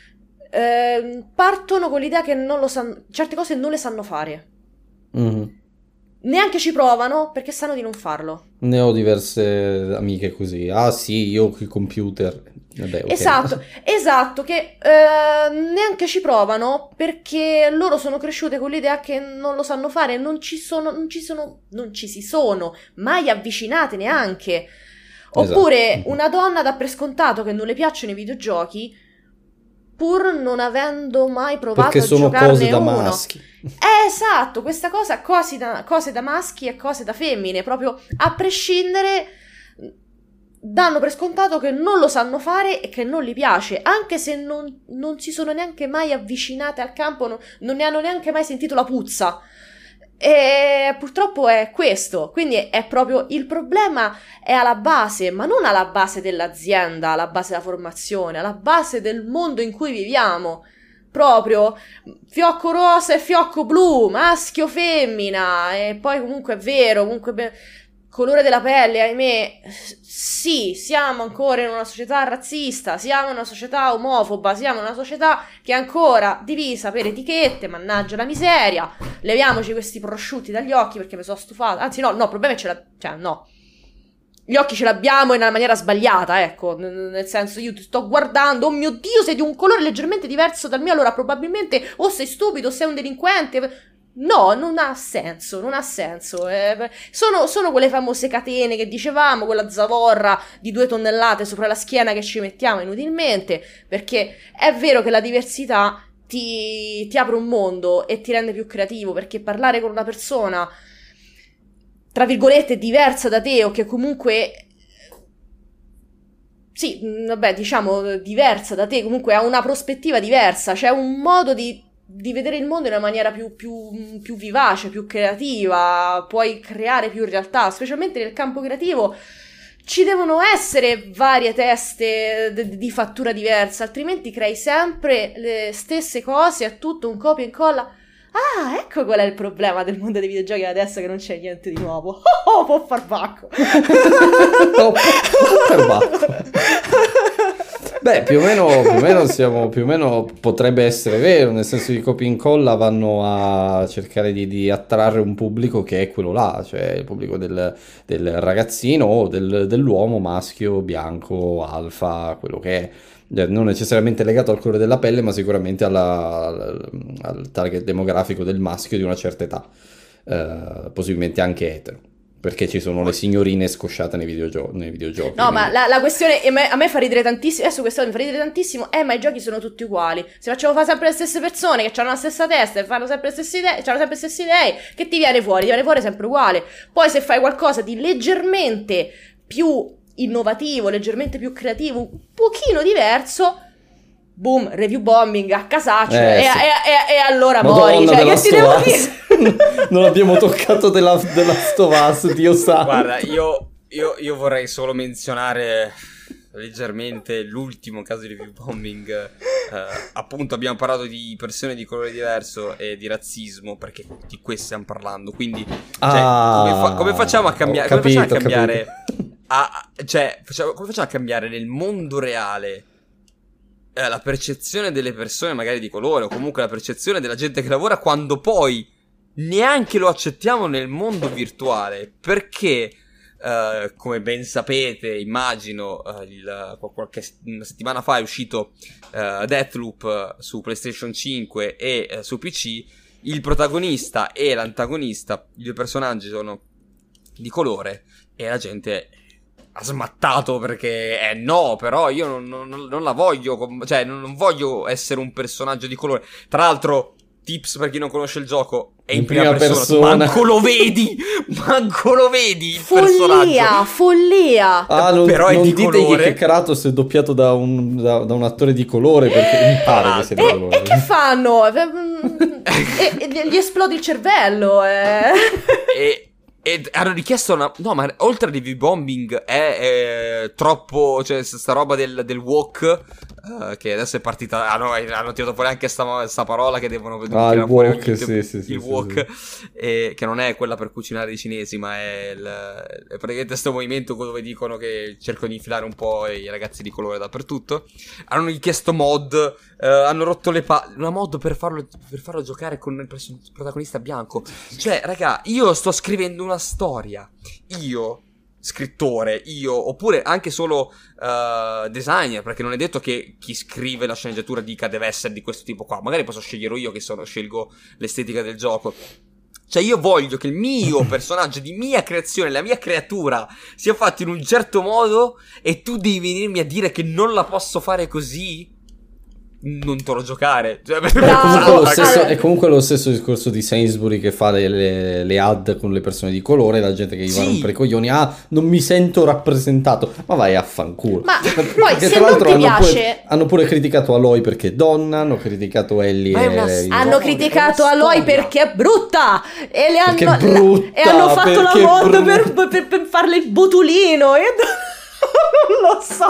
partono con l'idea che non lo sanno, certe cose non le sanno fare. Neanche ci provano perché sanno di non farlo. Ne ho diverse amiche così. Ah sì, io ho il computer. Vabbè, okay. Esatto, che neanche ci provano perché loro sono cresciute con l'idea che non lo sanno fare, non ci si sono mai avvicinate neanche. Oppure Esatto. una donna dà per scontato che non le piacciono i videogiochi pur non avendo mai provato Perché a sono giocarne cose da uno. maschi. Esatto, questa cosa, cose da maschi e cose da femmine, proprio a prescindere, danno per scontato che non lo sanno fare e che non gli piace, anche se non si sono neanche mai avvicinate al campo, non ne hanno neanche mai sentito la puzza. E purtroppo è questo, quindi è proprio il problema, è alla base, ma non alla base dell'azienda, alla base della formazione, alla base del mondo in cui viviamo. Proprio fiocco rosa e fiocco blu, maschio femmina, e poi comunque è vero, comunque colore della pelle, ahimè, sì, siamo ancora in una società razzista, siamo in una società omofoba, siamo in una società che è ancora divisa per etichette, mannaggia la miseria, leviamoci questi prosciutti dagli occhi perché mi sono stufata, anzi no, il problema è no. Gli occhi ce l'abbiamo in una maniera sbagliata, ecco, nel senso io ti sto guardando, oh mio Dio, sei di un colore leggermente diverso dal mio, allora probabilmente o sei stupido o sei un delinquente. No, non ha senso. Sono quelle famose catene che dicevamo, quella zavorra di 2 tonnellate sopra la schiena che ci mettiamo inutilmente, perché è vero che la diversità ti apre un mondo e ti rende più creativo, perché parlare con una persona tra virgolette diversa da te o che comunque sì, vabbè, diciamo diversa da te, comunque ha una prospettiva diversa, c'è un modo di vedere il mondo in una maniera più vivace, più creativa, puoi creare più realtà, specialmente nel campo creativo. Ci devono essere varie teste di fattura diversa, altrimenti crei sempre le stesse cose, è tutto un copia e incolla. Ah, ecco qual è il problema del mondo dei videogiochi adesso, che non c'è niente di nuovo. Oh, può far bacco. Può far bacco. Beh, più o meno potrebbe essere vero, nel senso che i copia e incolla vanno a cercare di attrarre un pubblico che è quello là, cioè il pubblico del ragazzino o dell'uomo maschio, bianco, alfa, quello che è. Non necessariamente legato al colore della pelle, ma sicuramente al target demografico del maschio di una certa età, possibilmente anche etero, perché ci sono le signorine scosciate nei videogiochi. No, ma la questione a me fa ridere tantissimo, adesso questa cosa mi fa ridere tantissimo, ma i giochi sono tutti uguali. Se facciamo fare sempre le stesse persone che hanno la stessa testa e fanno sempre le stesse idee, hanno sempre le stesse idee, che ti viene fuori? Ti viene fuori sempre uguale. Poi se fai qualcosa di leggermente più innovativo, leggermente più creativo, un pochino diverso, boom, review bombing a casaccio, sì. e allora Madonna, mori, cioè, che ti devo dire? Non abbiamo toccato The Last of Us, Dio sa. Guarda, io vorrei solo menzionare leggermente l'ultimo caso di review bombing. Appunto abbiamo parlato di persone di colore diverso e di razzismo, perché di questo stiamo parlando, quindi come facciamo a cambiare? Come facciamo a cambiare? Come facciamo a cambiare nel mondo reale la percezione delle persone magari di colore, o comunque la percezione della gente che lavora, quando poi neanche lo accettiamo nel mondo virtuale? Perché come ben sapete, immagino, qualche settimana fa è uscito Deathloop su PlayStation 5 e su PC. Il protagonista e l'antagonista, i 2 personaggi, sono di colore e la gente ha smattato perché no, però io non la voglio, cioè non voglio essere un personaggio di colore. Tra l'altro, tips per chi non conosce il gioco, è in prima persona. Manco lo vedi il personaggio. Follia. Però non è di ditegli colore. che Kratos è doppiato da un attore di colore, perché mi pare che sia di colore. E che fanno? E gli esplode il cervello. E hanno richiesto no, ma oltre al review bombing è troppo, cioè sta roba del walk, che adesso è partita, hanno tirato fuori anche sta parola che devono il walk, il walk, che non è quella per cucinare i cinesi, ma è praticamente questo movimento dove dicono che cercano di infilare un po' i ragazzi di colore dappertutto. Hanno richiesto mod, hanno rotto le una mod per farlo giocare con il protagonista bianco. Cioè, raga, io sto scrivendo una storia, io scrittore, oppure anche solo designer, perché non è detto che chi scrive la sceneggiatura dica deve essere di questo tipo qua, magari posso scegliere io che scelgo l'estetica del gioco. Cioè io voglio che il mio personaggio di mia creazione, la mia creatura sia fatto in un certo modo e tu devi venirmi a dire che non la posso fare così? Non te lo giocare, cioè, è comunque lo stesso discorso di Sainsbury che fa le ad con le persone di colore, la gente che gli va a rompere i coglioni, non mi sento rappresentato, ma vai a fanculo. Ma poi se non ti piace hanno pure criticato Aloy perché è donna, hanno criticato Ellie hanno criticato Aloy perché è brutta e le hanno, è brutta, e hanno fatto la mod per farle il botulino e non lo so.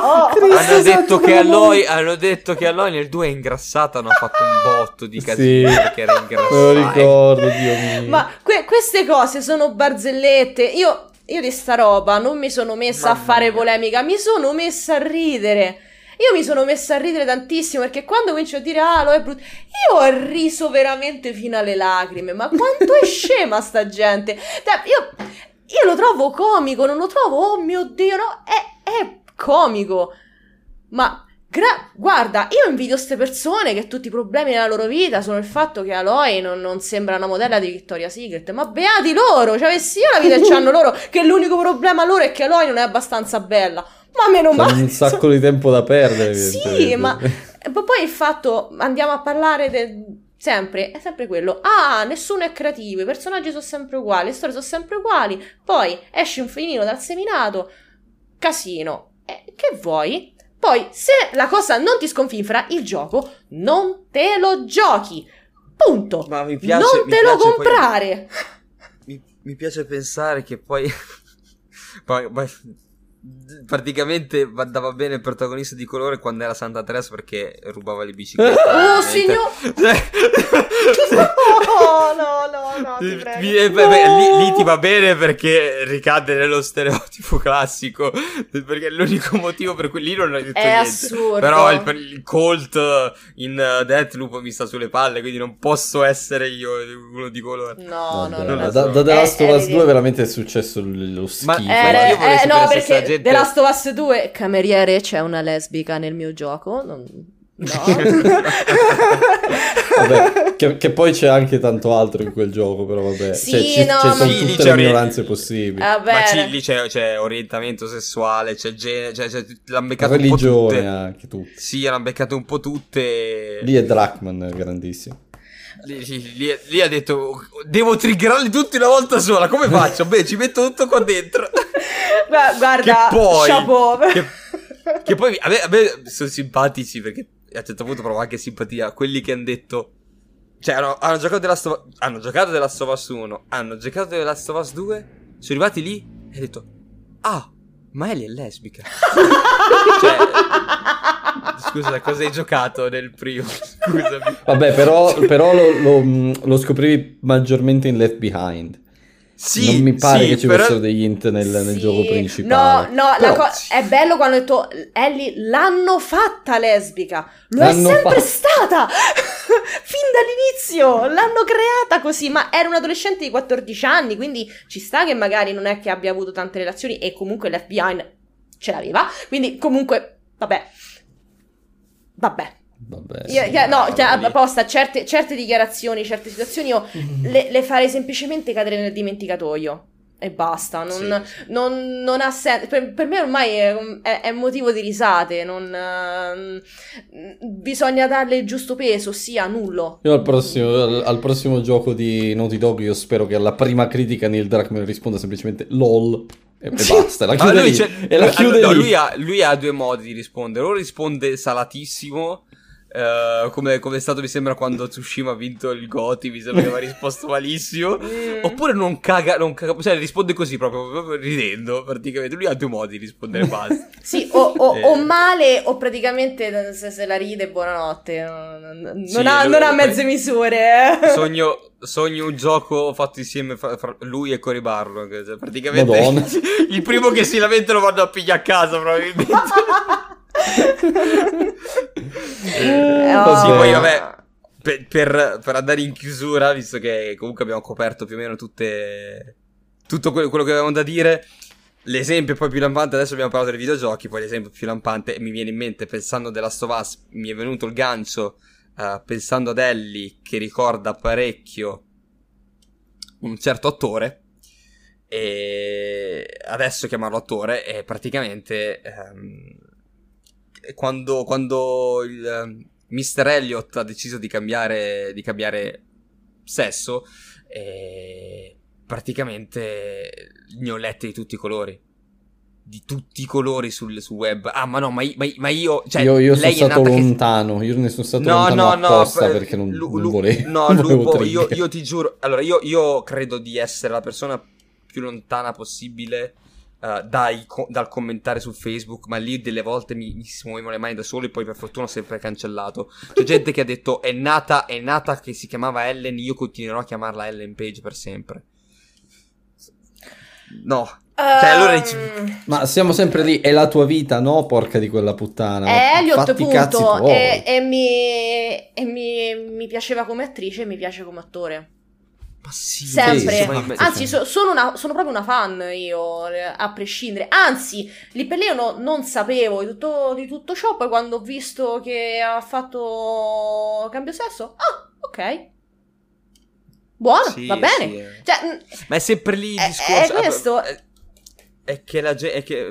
Hanno detto che Aloy nel 2 è ingrassata. Hanno fatto un botto di casino perché era ingrassata. Me lo ricordo, Dio mio. Ma queste cose sono barzellette. Io di sta roba non mi sono messa a fare polemica, mi sono messa a ridere. Io mi sono messa a ridere tantissimo perché quando comincio a dire Aloy è brutta, io ho riso veramente fino alle lacrime. Ma quanto è scema sta gente. Io lo trovo comico, non lo trovo, oh mio Dio, no, è comico. Ma guarda, io invidio queste persone che tutti i problemi nella loro vita sono il fatto che Aloy non sembra una modella di Victoria's Secret. Ma beati loro, cioè avessi io la vita che c'hanno loro, che l'unico problema loro è che Aloy non è abbastanza bella. Ma meno male. C'è un sacco di tempo da perdere. Sì, ma poi il fatto, andiamo a parlare è sempre quello. Nessuno è creativo, i personaggi sono sempre uguali, le storie sono sempre uguali. Poi esce un finino dal seminato, casino. Che vuoi? Poi, se la cosa non ti sconfinfera, il gioco non te lo giochi. Punto. Ma mi piace, non te lo comprare. Mi piace pensare che poi praticamente andava bene il protagonista di colore quando era Santa Teresa perché rubava le biciclette. Oh signor! No, ti prego. Lì ti va bene perché ricade nello stereotipo classico, perché è l'unico motivo per cui lì non hai detto è niente. Assurdo. Però il Colt in Deathloop mi sta sulle palle, quindi non posso essere io uno di colore. No. Da The Last of Us 2 veramente è successo lo schifo. Io vorrei sapere no, se sta perché gente... The Last of Us 2, cameriere, c'è una lesbica nel mio gioco? No. Vabbè, che poi c'è anche tanto altro in quel gioco, però vabbè. Sì, sono tutte le minoranze possibili. Ma lì c'è orientamento sessuale, c'è genere, c'è l'hanno beccato religione un po' tutte. Anche tutte. Sì, hanno beccato un po' tutte. Lì è Drachman, grandissimo. Lì ha detto devo triggerarli tutti una volta sola, come faccio? Beh, ci metto tutto qua dentro. Guarda, che poi chapeau. che poi a me sono simpatici perché a un certo punto provo anche simpatia quelli che hanno detto, cioè hanno giocato The Last of Us 1, hanno giocato The Last of Us 2, sono arrivati lì e hanno detto ma Ellie è lesbica. Cioè, scusa, cosa hai giocato nel primo? Scusami. Vabbè, però lo scoprivi maggiormente in Left Behind. Sì, non mi pare che ci però... fossero degli hint nel gioco principale. No, però... è bello quando ho detto Ellie l'hanno fatta lesbica. Lo è sempre stata. Fin dall'inizio l'hanno creata così, ma era un adolescente di 14 anni, quindi ci sta che magari non è che abbia avuto tante relazioni e comunque l'FBI ce l'aveva, quindi comunque vabbè. Apposta certe dichiarazioni, certe situazioni io le farei semplicemente cadere nel dimenticatoio e basta. Non ha senso. Per me ormai è motivo di risate. Bisogna darle il giusto peso, ossia nullo. Io al prossimo gioco di Naughty Dog io spero che alla prima critica Neil Druckmann risponda semplicemente LOL. E basta, la chiude lì. Lui ha due modi di rispondere. O risponde salatissimo, come è stato mi sembra quando Tsushima ha vinto il GOTY, mi sembra che aveva risposto malissimo. Oppure non caga, cioè risponde così proprio ridendo praticamente. Lui ha due modi di rispondere, basta. Sì, o male o praticamente se la ride buonanotte, non ha mezze misure. Sogno un gioco fatto insieme fra lui e Cory Barlog, cioè praticamente il primo che si lamenta lo vanno a pigliare a casa probabilmente. Sì, poi vabbè, per andare in chiusura, visto che comunque abbiamo coperto più o meno tutto quello che avevamo da dire, l'esempio poi più lampante, adesso abbiamo parlato dei videogiochi, poi l'esempio più lampante mi viene in mente pensando The Last of Us, mi è venuto il gancio pensando ad Ellie, che ricorda parecchio un certo attore, e adesso chiamarlo attore è praticamente quando il Mr. Elliot ha deciso di cambiare sesso, praticamente ne ho lette di tutti i colori. Di tutti i colori sul web. Ah, ma no, ma io... Cioè, io lei sono stato lontano. Io ne sono stato lontano apposta perché non volevo. No, Lupo, io ti giuro... Allora, io credo di essere la persona più lontana possibile dal commentare su Facebook, ma lì delle volte mi si muovevano le mani da solo e poi per fortuna ho sempre cancellato. C'è gente che ha detto è nata che si chiamava Ellen, io continuerò a chiamarla Ellen Page per sempre. No. Cioè, allora ma siamo sempre lì, è la tua vita, no? Porca di quella puttana. Elliot, punto. E mi piaceva come attrice e mi piace come attore. Ma sì, sempre. Sì, anzi, sono proprio una fan io, a prescindere. Anzi, lì per lì io non sapevo di tutto ciò. Poi quando ho visto che ha fatto cambio sesso, ok. Buono, sì, va bene. Sì. Cioè, ma è sempre lì il discorso. È questo. È che la gente. È che...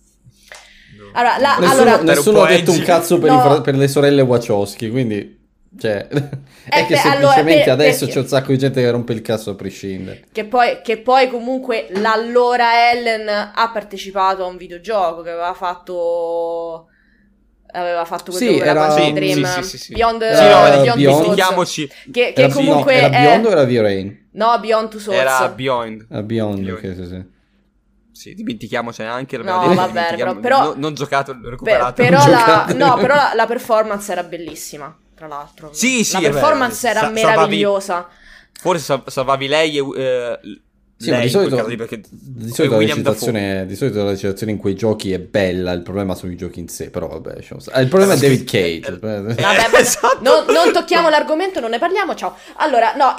No. Allora, nessuno ha detto un cazzo per le sorelle Wachowski, quindi. Cioè, è che semplicemente adesso c'è un sacco di gente che rompe il cazzo a prescindere. Che poi comunque l'allora Ellen ha partecipato a un videogioco che aveva fatto quello sì, era Dream, sì. Beyond dimentichiamoci che comunque era Beyond o era V-Rain? No, Beyond Two Souls. Era Beyond. Ok, sì, dimentichiamocene anche. No, vabbè, però non giocato, recuperato. Però la performance era bellissima, tra l'altro. Sì, la performance era meravigliosa. Forse salvavi lei e sì, ma di solito la recitazione in quei giochi è bella, il problema sono i giochi in sé, però vabbè, il problema è David Cage. Vabbè, esatto. non tocchiamo l'argomento, non ne parliamo, ciao. Allora, no,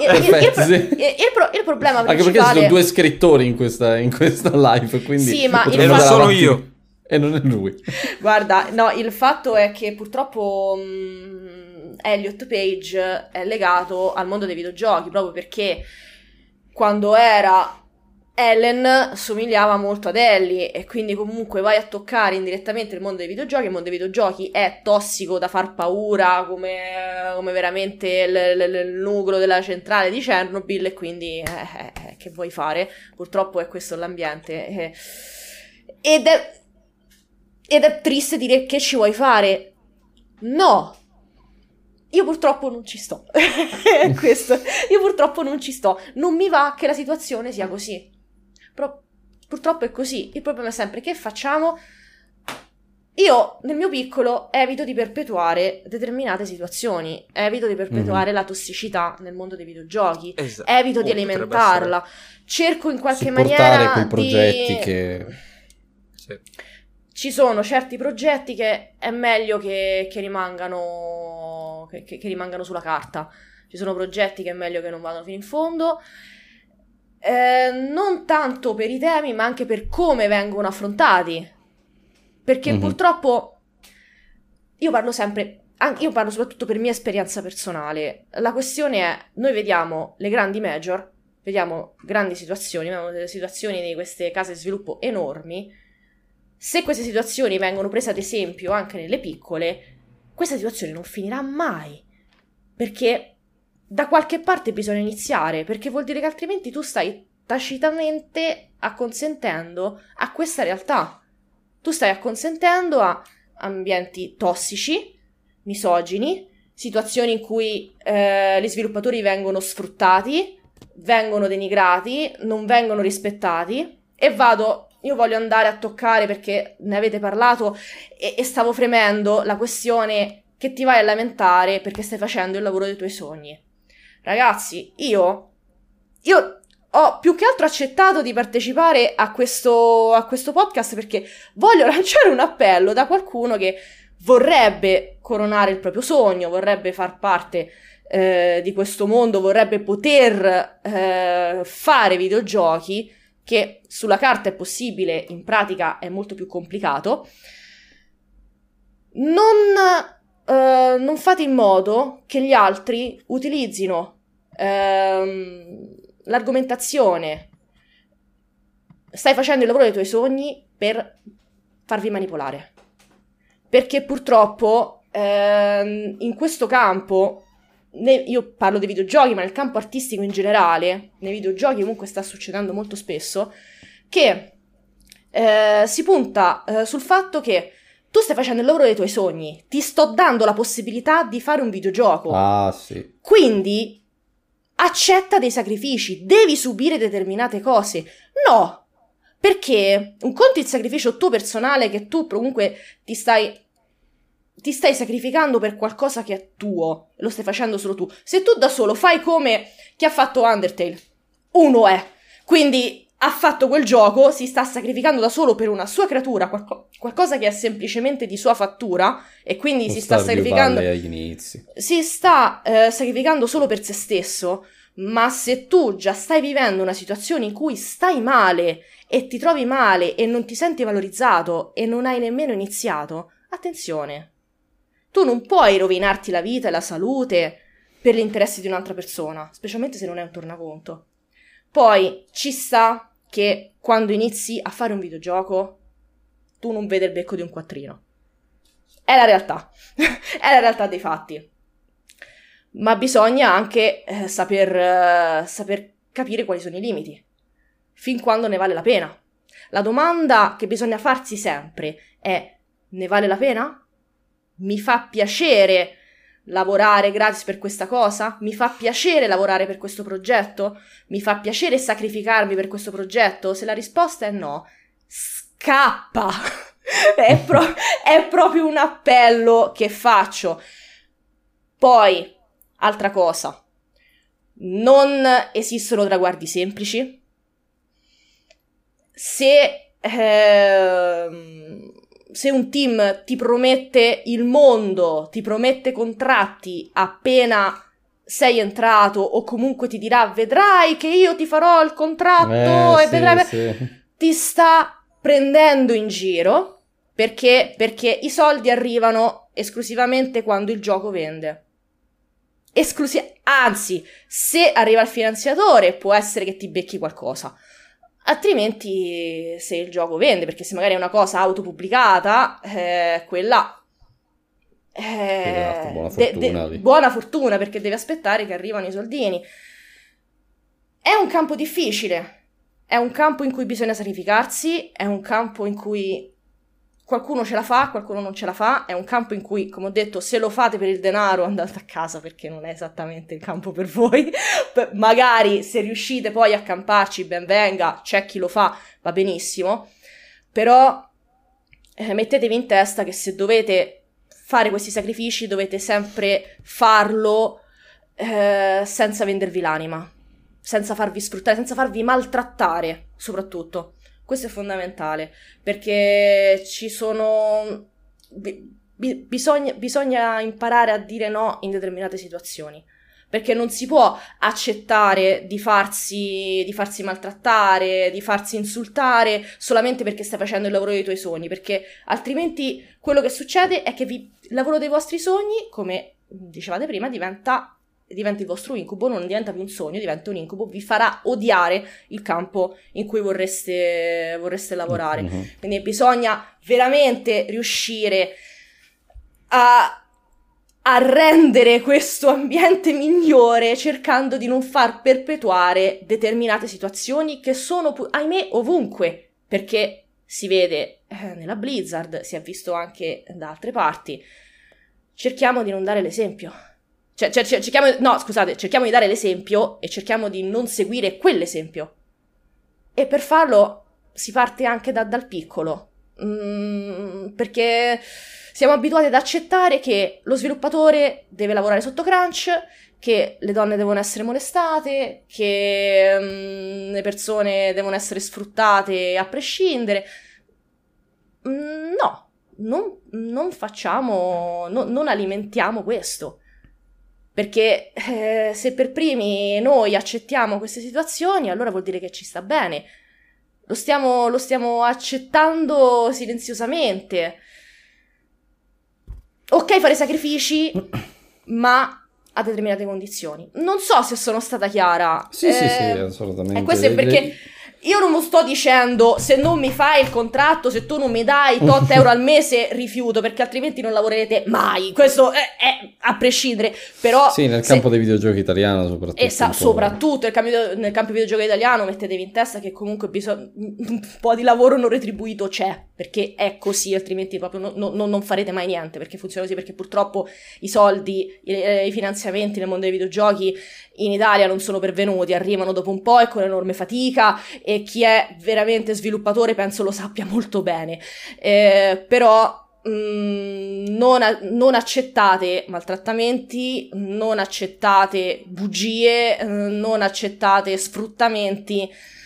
il problema principale... Anche perché ci sono due scrittori in questa live, quindi... Sì, ma e non sono io. E non è lui. Guarda, no, il fatto è che purtroppo Elliot Page è legato al mondo dei videogiochi, proprio perché quando era Ellen somigliava molto ad Ellie, e quindi comunque vai a toccare indirettamente il mondo dei videogiochi. Il mondo dei videogiochi è tossico da far paura, come veramente il nucleo della centrale di Chernobyl, e quindi che vuoi fare? Purtroppo è questo l'ambiente, ed è triste dire che ci vuoi fare. No, io purtroppo non ci sto. Questo, io purtroppo non ci sto. Non mi va che la situazione sia così. Però purtroppo è così. Il problema è sempre: che facciamo? Io nel mio piccolo evito di perpetuare determinate situazioni, evito di perpetuare la tossicità nel mondo dei videogiochi, evito di alimentarla, cerco in qualche maniera quei progetti che... Sì. Ci sono certi progetti che è meglio che rimangano che rimangano sulla carta. Ci sono progetti che è meglio che non vadano fino in fondo, non tanto per i temi, ma anche per come vengono affrontati. Perché purtroppo io parlo soprattutto per mia esperienza personale. La questione è: noi vediamo le grandi major, vediamo grandi situazioni, vediamo delle situazioni di queste case di sviluppo enormi. Se queste situazioni vengono prese ad esempio anche nelle piccole, questa situazione non finirà mai, perché da qualche parte bisogna iniziare, perché vuol dire che altrimenti tu stai tacitamente acconsentendo a questa realtà. Tu stai acconsentendo a ambienti tossici misogini, situazioni in cui gli sviluppatori vengono sfruttati, vengono denigrati, non vengono rispettati, e io voglio andare a toccare, perché ne avete parlato e stavo fremendo, la questione che ti vai a lamentare perché stai facendo il lavoro dei tuoi sogni. Ragazzi, io ho più che altro accettato di partecipare a questo podcast perché voglio lanciare un appello da qualcuno che vorrebbe coronare il proprio sogno, vorrebbe far parte di questo mondo, vorrebbe poter fare videogiochi, che sulla carta è possibile, in pratica è molto più complicato. Non fate in modo che gli altri utilizzino l'argomentazione stai facendo il lavoro dei tuoi sogni per farvi manipolare, perché purtroppo in questo campo, io parlo dei videogiochi, ma nel campo artistico in generale, nei videogiochi comunque sta succedendo molto spesso, che si punta sul fatto che tu stai facendo il lavoro dei tuoi sogni, ti sto dando la possibilità di fare un videogioco. Ah, sì. Quindi accetta dei sacrifici, devi subire determinate cose. No, perché un conto il sacrificio tuo personale, che tu comunque ti stai sacrificando per qualcosa che è tuo, lo stai facendo solo tu. Se tu da solo fai come chi ha fatto Undertale, uno è, quindi ha fatto quel gioco, si sta sacrificando da solo per una sua creatura, qualcosa che è semplicemente di sua fattura, e quindi non si sta sacrificando agli inizi. Si sta sacrificando solo per se stesso. Ma se tu già stai vivendo una situazione in cui stai male e ti trovi male e non ti senti valorizzato e non hai nemmeno iniziato, attenzione, tu non puoi rovinarti la vita e la salute per l'interesse di un'altra persona, specialmente se non è un tornaconto. Poi ci sta che quando inizi a fare un videogioco tu non vedi il becco di un quattrino. È la realtà. È la realtà dei fatti. Ma bisogna anche saper capire quali sono i limiti. Fin quando ne vale la pena. La domanda che bisogna farsi sempre è: ne vale la pena? Mi fa piacere lavorare gratis per questa cosa? Mi fa piacere lavorare per questo progetto? Mi fa piacere sacrificarmi per questo progetto? Se la risposta è no, scappa! È proprio un appello che faccio. Poi, altra cosa, non esistono traguardi semplici. Se un team ti promette il mondo, ti promette contratti appena sei entrato, o comunque ti dirà vedrai che io ti farò il contratto e sì, vedrai, sì. ti sta prendendo in giro, perché i soldi arrivano esclusivamente quando il gioco vende. Anzi, se arriva il finanziatore può essere che ti becchi qualcosa. Altrimenti, se il gioco vende, perché se magari è una cosa autopubblicata, quella buona fortuna, buona fortuna, perché devi aspettare che arrivano i soldini. È un campo difficile, è un campo in cui bisogna sacrificarsi, è un campo in cui qualcuno ce la fa, qualcuno non ce la fa, è un campo in cui, come ho detto, se lo fate per il denaro andate a casa, perché non è esattamente il campo per voi. Magari se riuscite poi a camparci, ben venga, c'è chi lo fa, va benissimo, però mettetevi in testa che se dovete fare questi sacrifici dovete sempre farlo senza vendervi l'anima, senza farvi sfruttare, senza farvi maltrattare, soprattutto. Questo è fondamentale, perché ci sono... bisogna imparare a dire no in determinate situazioni, perché non si può accettare di farsi maltrattare, di farsi insultare solamente perché stai facendo il lavoro dei tuoi sogni, perché altrimenti quello che succede è che il lavoro dei vostri sogni, come dicevate prima, diventa il vostro incubo, non diventa più un sogno, diventa un incubo, vi farà odiare il campo in cui vorreste lavorare. Mm-hmm. Quindi bisogna veramente riuscire a rendere questo ambiente migliore, cercando di non far perpetuare determinate situazioni che sono, ahimè, ovunque, perché si vede nella Blizzard, si è visto anche da altre parti. cerchiamo di non dare l'esempio. Cerchiamo di dare l'esempio e cerchiamo di non seguire quell'esempio. E per farlo si parte anche dal piccolo. Perché siamo abituati ad accettare che lo sviluppatore deve lavorare sotto crunch, che le donne devono essere molestate, che le persone devono essere sfruttate a prescindere. No, non facciamo, non alimentiamo questo. Perché se per primi noi accettiamo queste situazioni, allora vuol dire che ci sta bene. Lo stiamo accettando silenziosamente. Ok, fare sacrifici, ma a determinate condizioni. Non so se sono stata chiara. Sì, assolutamente. E questo è perché io non lo sto dicendo, se non mi fai il contratto, se tu non mi dai tot euro al mese, rifiuto, perché altrimenti non lavorerete mai. Questo è a prescindere. Però sì, nel campo dei videogiochi italiano soprattutto. Soprattutto nel campo videogiochi italiano mettetevi in testa che comunque un po' di lavoro non retribuito c'è, perché è così, altrimenti proprio non farete mai niente, perché funziona così, perché purtroppo i soldi, i finanziamenti nel mondo dei videogiochi in Italia non sono pervenuti, arrivano dopo un po' e con enorme fatica, e chi è veramente sviluppatore penso lo sappia molto bene, però non accettate maltrattamenti, non accettate bugie, non accettate sfruttamenti,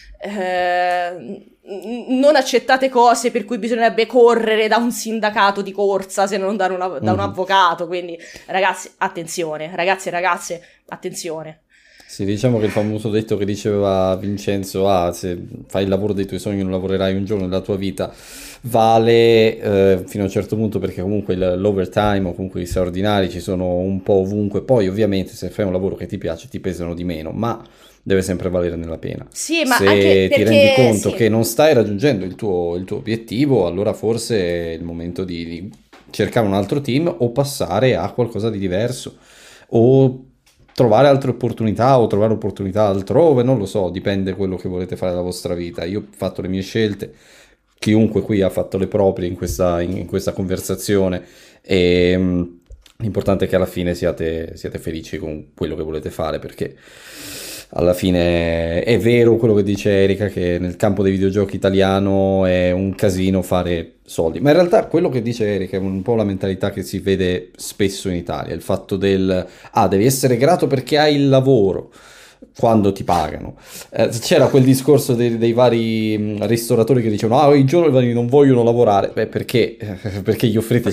non accettate cose per cui bisognerebbe correre da un sindacato di corsa se non da un avvocato. Quindi ragazzi, attenzione, ragazzi e ragazze, attenzione. Sì, diciamo che il famoso detto che diceva Vincenzo, se fai il lavoro dei tuoi sogni non lavorerai un giorno nella tua vita, vale fino a un certo punto, perché comunque l'overtime o comunque gli straordinari ci sono un po' ovunque. Poi ovviamente se fai un lavoro che ti piace ti pesano di meno, ma deve sempre valere nella pena. Sì, ma se anche ti rendi conto sì, che non stai raggiungendo il tuo obiettivo, allora forse è il momento di cercare un altro team o passare a qualcosa di diverso, o trovare altre opportunità o trovare opportunità altrove, non lo so, dipende quello che volete fare della vostra vita. Io ho fatto le mie scelte, chiunque qui ha fatto le proprie in questa conversazione, e l'importante è che alla fine siate felici con quello che volete fare, perché alla fine è vero quello che dice Erika, che nel campo dei videogiochi italiano è un casino fare soldi, ma in realtà quello che dice Erika è un po' la mentalità che si vede spesso in Italia, il fatto devi essere grato perché hai il lavoro quando ti pagano. C'era quel discorso dei vari ristoratori che dicevano i giovani non vogliono lavorare. Perché gli offrite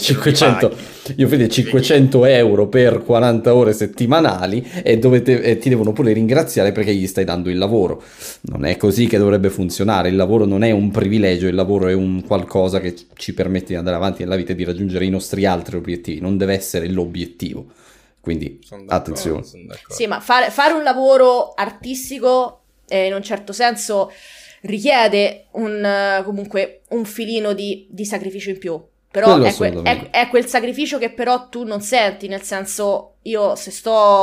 500 euro per 40 ore settimanali e ti devono pure ringraziare perché gli stai dando il lavoro. Non è così che dovrebbe funzionare. Il lavoro non è un privilegio, il lavoro è un qualcosa che ci permette di andare avanti nella vita e di raggiungere i nostri altri obiettivi, non deve essere l'obiettivo. Quindi attenzione. Sì, ma fare un lavoro artistico in un certo senso richiede comunque un filino di sacrificio in più. Però è quel sacrificio che però tu non senti, nel senso, io se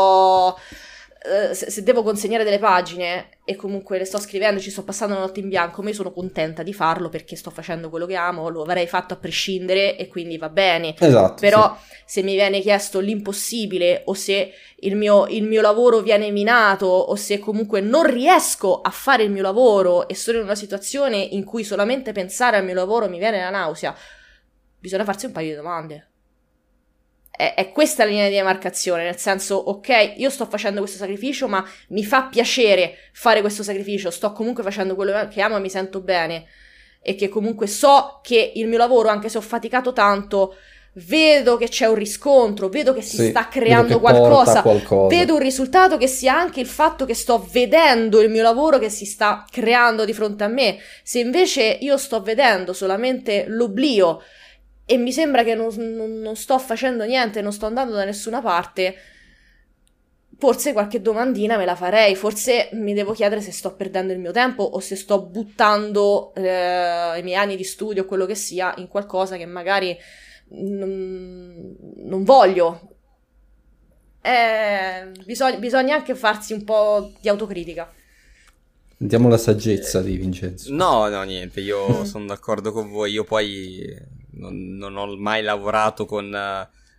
devo consegnare delle pagine e comunque le sto scrivendo, ci sto passando la notte in bianco, ma io sono contenta di farlo perché sto facendo quello che amo, lo avrei fatto a prescindere e quindi va bene. Esatto, però se mi viene chiesto l'impossibile, o se il mio lavoro viene minato, o se comunque non riesco a fare il mio lavoro e sono in una situazione in cui solamente pensare al mio lavoro mi viene la nausea, bisogna farsi un paio di domande. È questa la linea di demarcazione, nel senso, ok, io sto facendo questo sacrificio, ma mi fa piacere fare questo sacrificio, sto comunque facendo quello che amo e mi sento bene, e che comunque so che il mio lavoro, anche se ho faticato tanto, vedo che c'è un riscontro, vedo che si sta creando qualcosa, vedo un risultato che sia anche il fatto che sto vedendo il mio lavoro che si sta creando di fronte a me. Se invece io sto vedendo solamente l'oblio e mi sembra che non sto facendo niente, non sto andando da nessuna parte, forse qualche domandina me la farei, forse mi devo chiedere se sto perdendo il mio tempo o se sto buttando i miei anni di studio o quello che sia in qualcosa che magari non voglio. Bisogna anche farsi un po' di autocritica. Sentiamo la saggezza di Vincenzo. No, niente, io sono d'accordo con voi. Io poi non ho mai lavorato con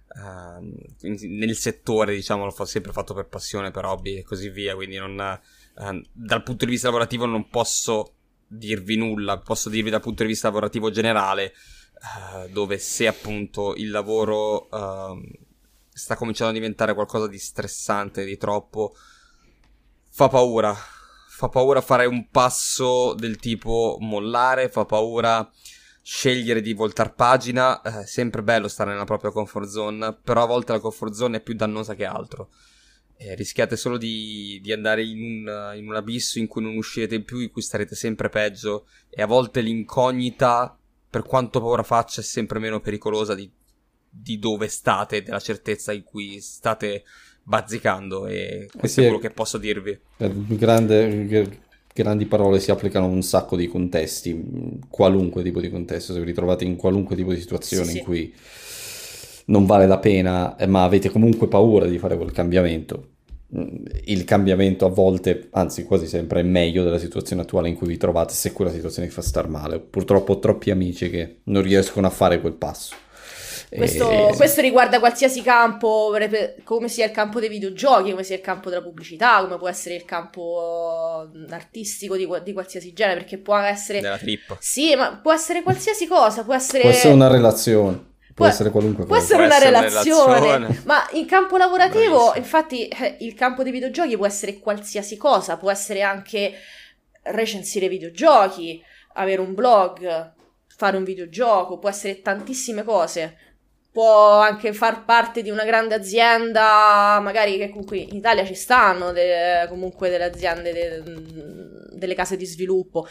nel settore, diciamo, l'ho sempre fatto per passione, per hobby e così via, quindi dal punto di vista lavorativo non posso dirvi nulla, posso dirvi dal punto di vista lavorativo generale, dove se appunto il lavoro sta cominciando a diventare qualcosa di stressante, di troppo, fa paura fare un passo del tipo mollare, fa paura scegliere di voltar pagina. È sempre bello stare nella propria comfort zone, però a volte la comfort zone è più dannosa che altro. Rischiate solo di andare in un abisso in cui non uscirete più, in cui starete sempre peggio, e a volte l'incognita, per quanto paura faccia, è sempre meno pericolosa di dove state, della certezza in cui state bazzicando, e questo è quello che posso dirvi. Grandi parole si applicano a un sacco di contesti, qualunque tipo di contesto. Se vi ritrovate in qualunque tipo di situazione in cui non vale la pena, ma avete comunque paura di fare quel cambiamento, il cambiamento a volte, anzi quasi sempre, è meglio della situazione attuale in cui vi trovate, se quella situazione vi fa star male. Purtroppo ho troppi amici che non riescono a fare quel passo. Questo riguarda qualsiasi campo, come sia il campo dei videogiochi, come sia il campo della pubblicità, come può essere il campo artistico di qualsiasi genere, perché può essere... della trip. Sì, ma può essere qualsiasi cosa, può essere una relazione. Può essere qualunque cosa. Può essere una relazione, ma in campo lavorativo, infatti, il campo dei videogiochi può essere qualsiasi cosa, può essere anche recensire videogiochi, avere un blog, fare un videogioco, può essere tantissime cose. Può anche far parte di una grande azienda, magari, che comunque in Italia ci stanno, comunque delle aziende, delle case di sviluppo.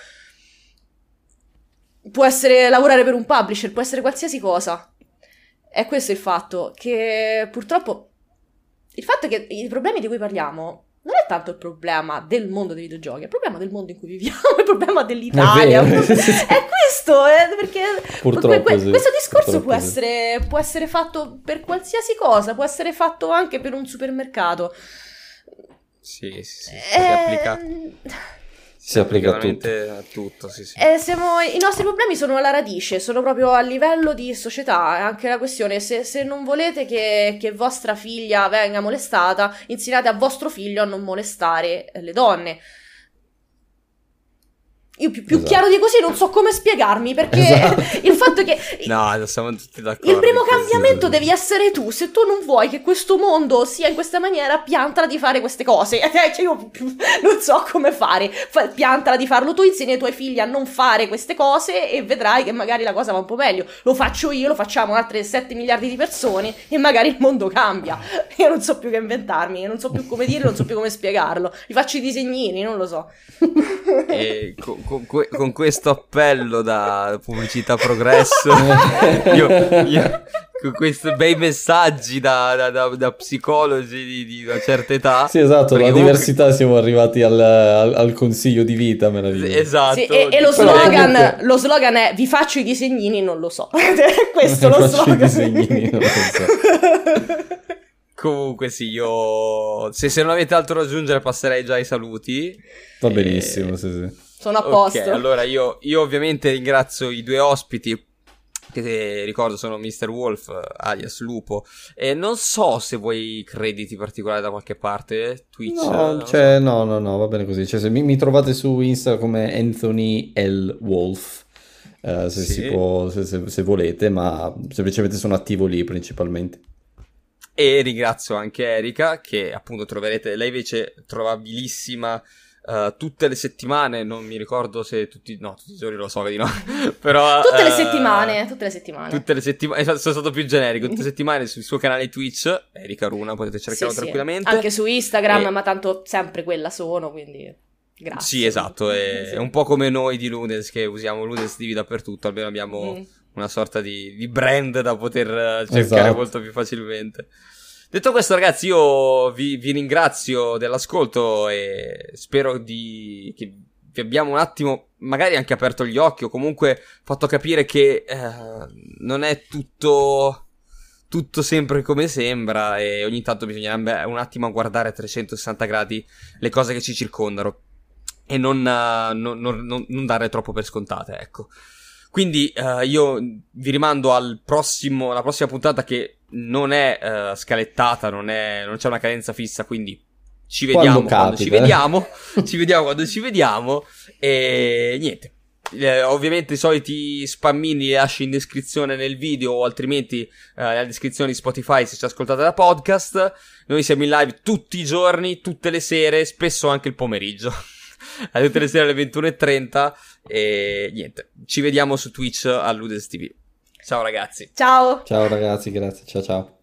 Può essere lavorare per un publisher, può essere qualsiasi cosa. E questo è il fatto, che purtroppo il fatto è che i problemi di cui parliamo non è tanto il problema del mondo dei videogiochi, è il problema del mondo in cui viviamo, è il problema dell'Italia. È questo, perché purtroppo questo discorso può essere fatto per qualsiasi cosa, può essere fatto anche per un supermercato. Sì, si applica. Si applica a tutto, sì. I nostri problemi sono alla radice, sono proprio a livello di società. È anche la questione, se non volete che vostra figlia venga molestata, insegnate a vostro figlio a non molestare le donne. Io più chiaro di così non so come spiegarmi, perché il fatto è che... No, siamo tutti d'accordo. Il primo cambiamento devi essere tu. Se tu non vuoi che questo mondo sia in questa maniera, piantala di fare queste cose. Io non so come fare. Piantala di farlo tu, insegni ai tuoi figli a non fare queste cose e vedrai che magari la cosa va un po' meglio. Lo faccio io, lo facciamo altre 7 miliardi di persone e magari il mondo cambia. Io non so più che inventarmi, non so più come dirlo, non so più come spiegarlo. Vi faccio i disegnini, non lo so. E con questo appello da pubblicità progresso, io con questi bei messaggi da psicologi di una certa età. Sì, esatto, la diversità, siamo arrivati al consiglio di vita meraviglioso. Esatto. Sì, e lo slogan è: vi faccio i disegnini, non lo so. Questo è lo slogan. Vi faccio i disegnini, non lo so. Comunque sì, io se non avete altro da aggiungere passerei già ai saluti. Va benissimo, sì. Sono a posto. Ok, allora io ovviamente ringrazio i due ospiti, che ricordo sono Mr. Wolf, alias Lupo, e non so se vuoi crediti particolari da qualche parte, Twitch. No, va bene così. Se mi trovate su Insta come Anthony L. Wolf, se volete, ma semplicemente sono attivo lì principalmente. E ringrazio anche Erika, che appunto troverete, lei invece trovabilissima tutte le settimane, non mi ricordo se tutti i giorni, lo so che di no, però tutte le settimane, sono stato più generico, tutte le settimane sul suo canale Twitch, Erika Runa, potete cercarlo tranquillamente, anche su Instagram, ma tanto sempre quella sono, quindi grazie. Sì, esatto, è un po' come noi di Ludens, che usiamo Ludens TV dappertutto, almeno abbiamo una sorta di brand da poter cercare molto più facilmente. Detto questo, ragazzi, io vi ringrazio dell'ascolto e spero che vi abbiamo un attimo magari anche aperto gli occhi, o comunque fatto capire che non è tutto sempre come sembra, e ogni tanto bisognerebbe un attimo guardare a 360 gradi le cose che ci circondano e non dare troppo per scontate, ecco. Quindi io vi rimando alla prossima puntata, che non è scalettata, non c'è una cadenza fissa, quindi ci vediamo quando ci vediamo. Ci vediamo quando ci vediamo. E niente. Ovviamente i soliti spammini li lascio in descrizione nel video, o altrimenti nella descrizione di Spotify se ci ascoltate da podcast. Noi siamo in live tutti i giorni, tutte le sere, spesso anche il pomeriggio. A tutte le sere alle 21:30. E niente, ci vediamo su Twitch a Ludens TV. Ciao ragazzi. Ciao. Ciao ragazzi, grazie, ciao ciao.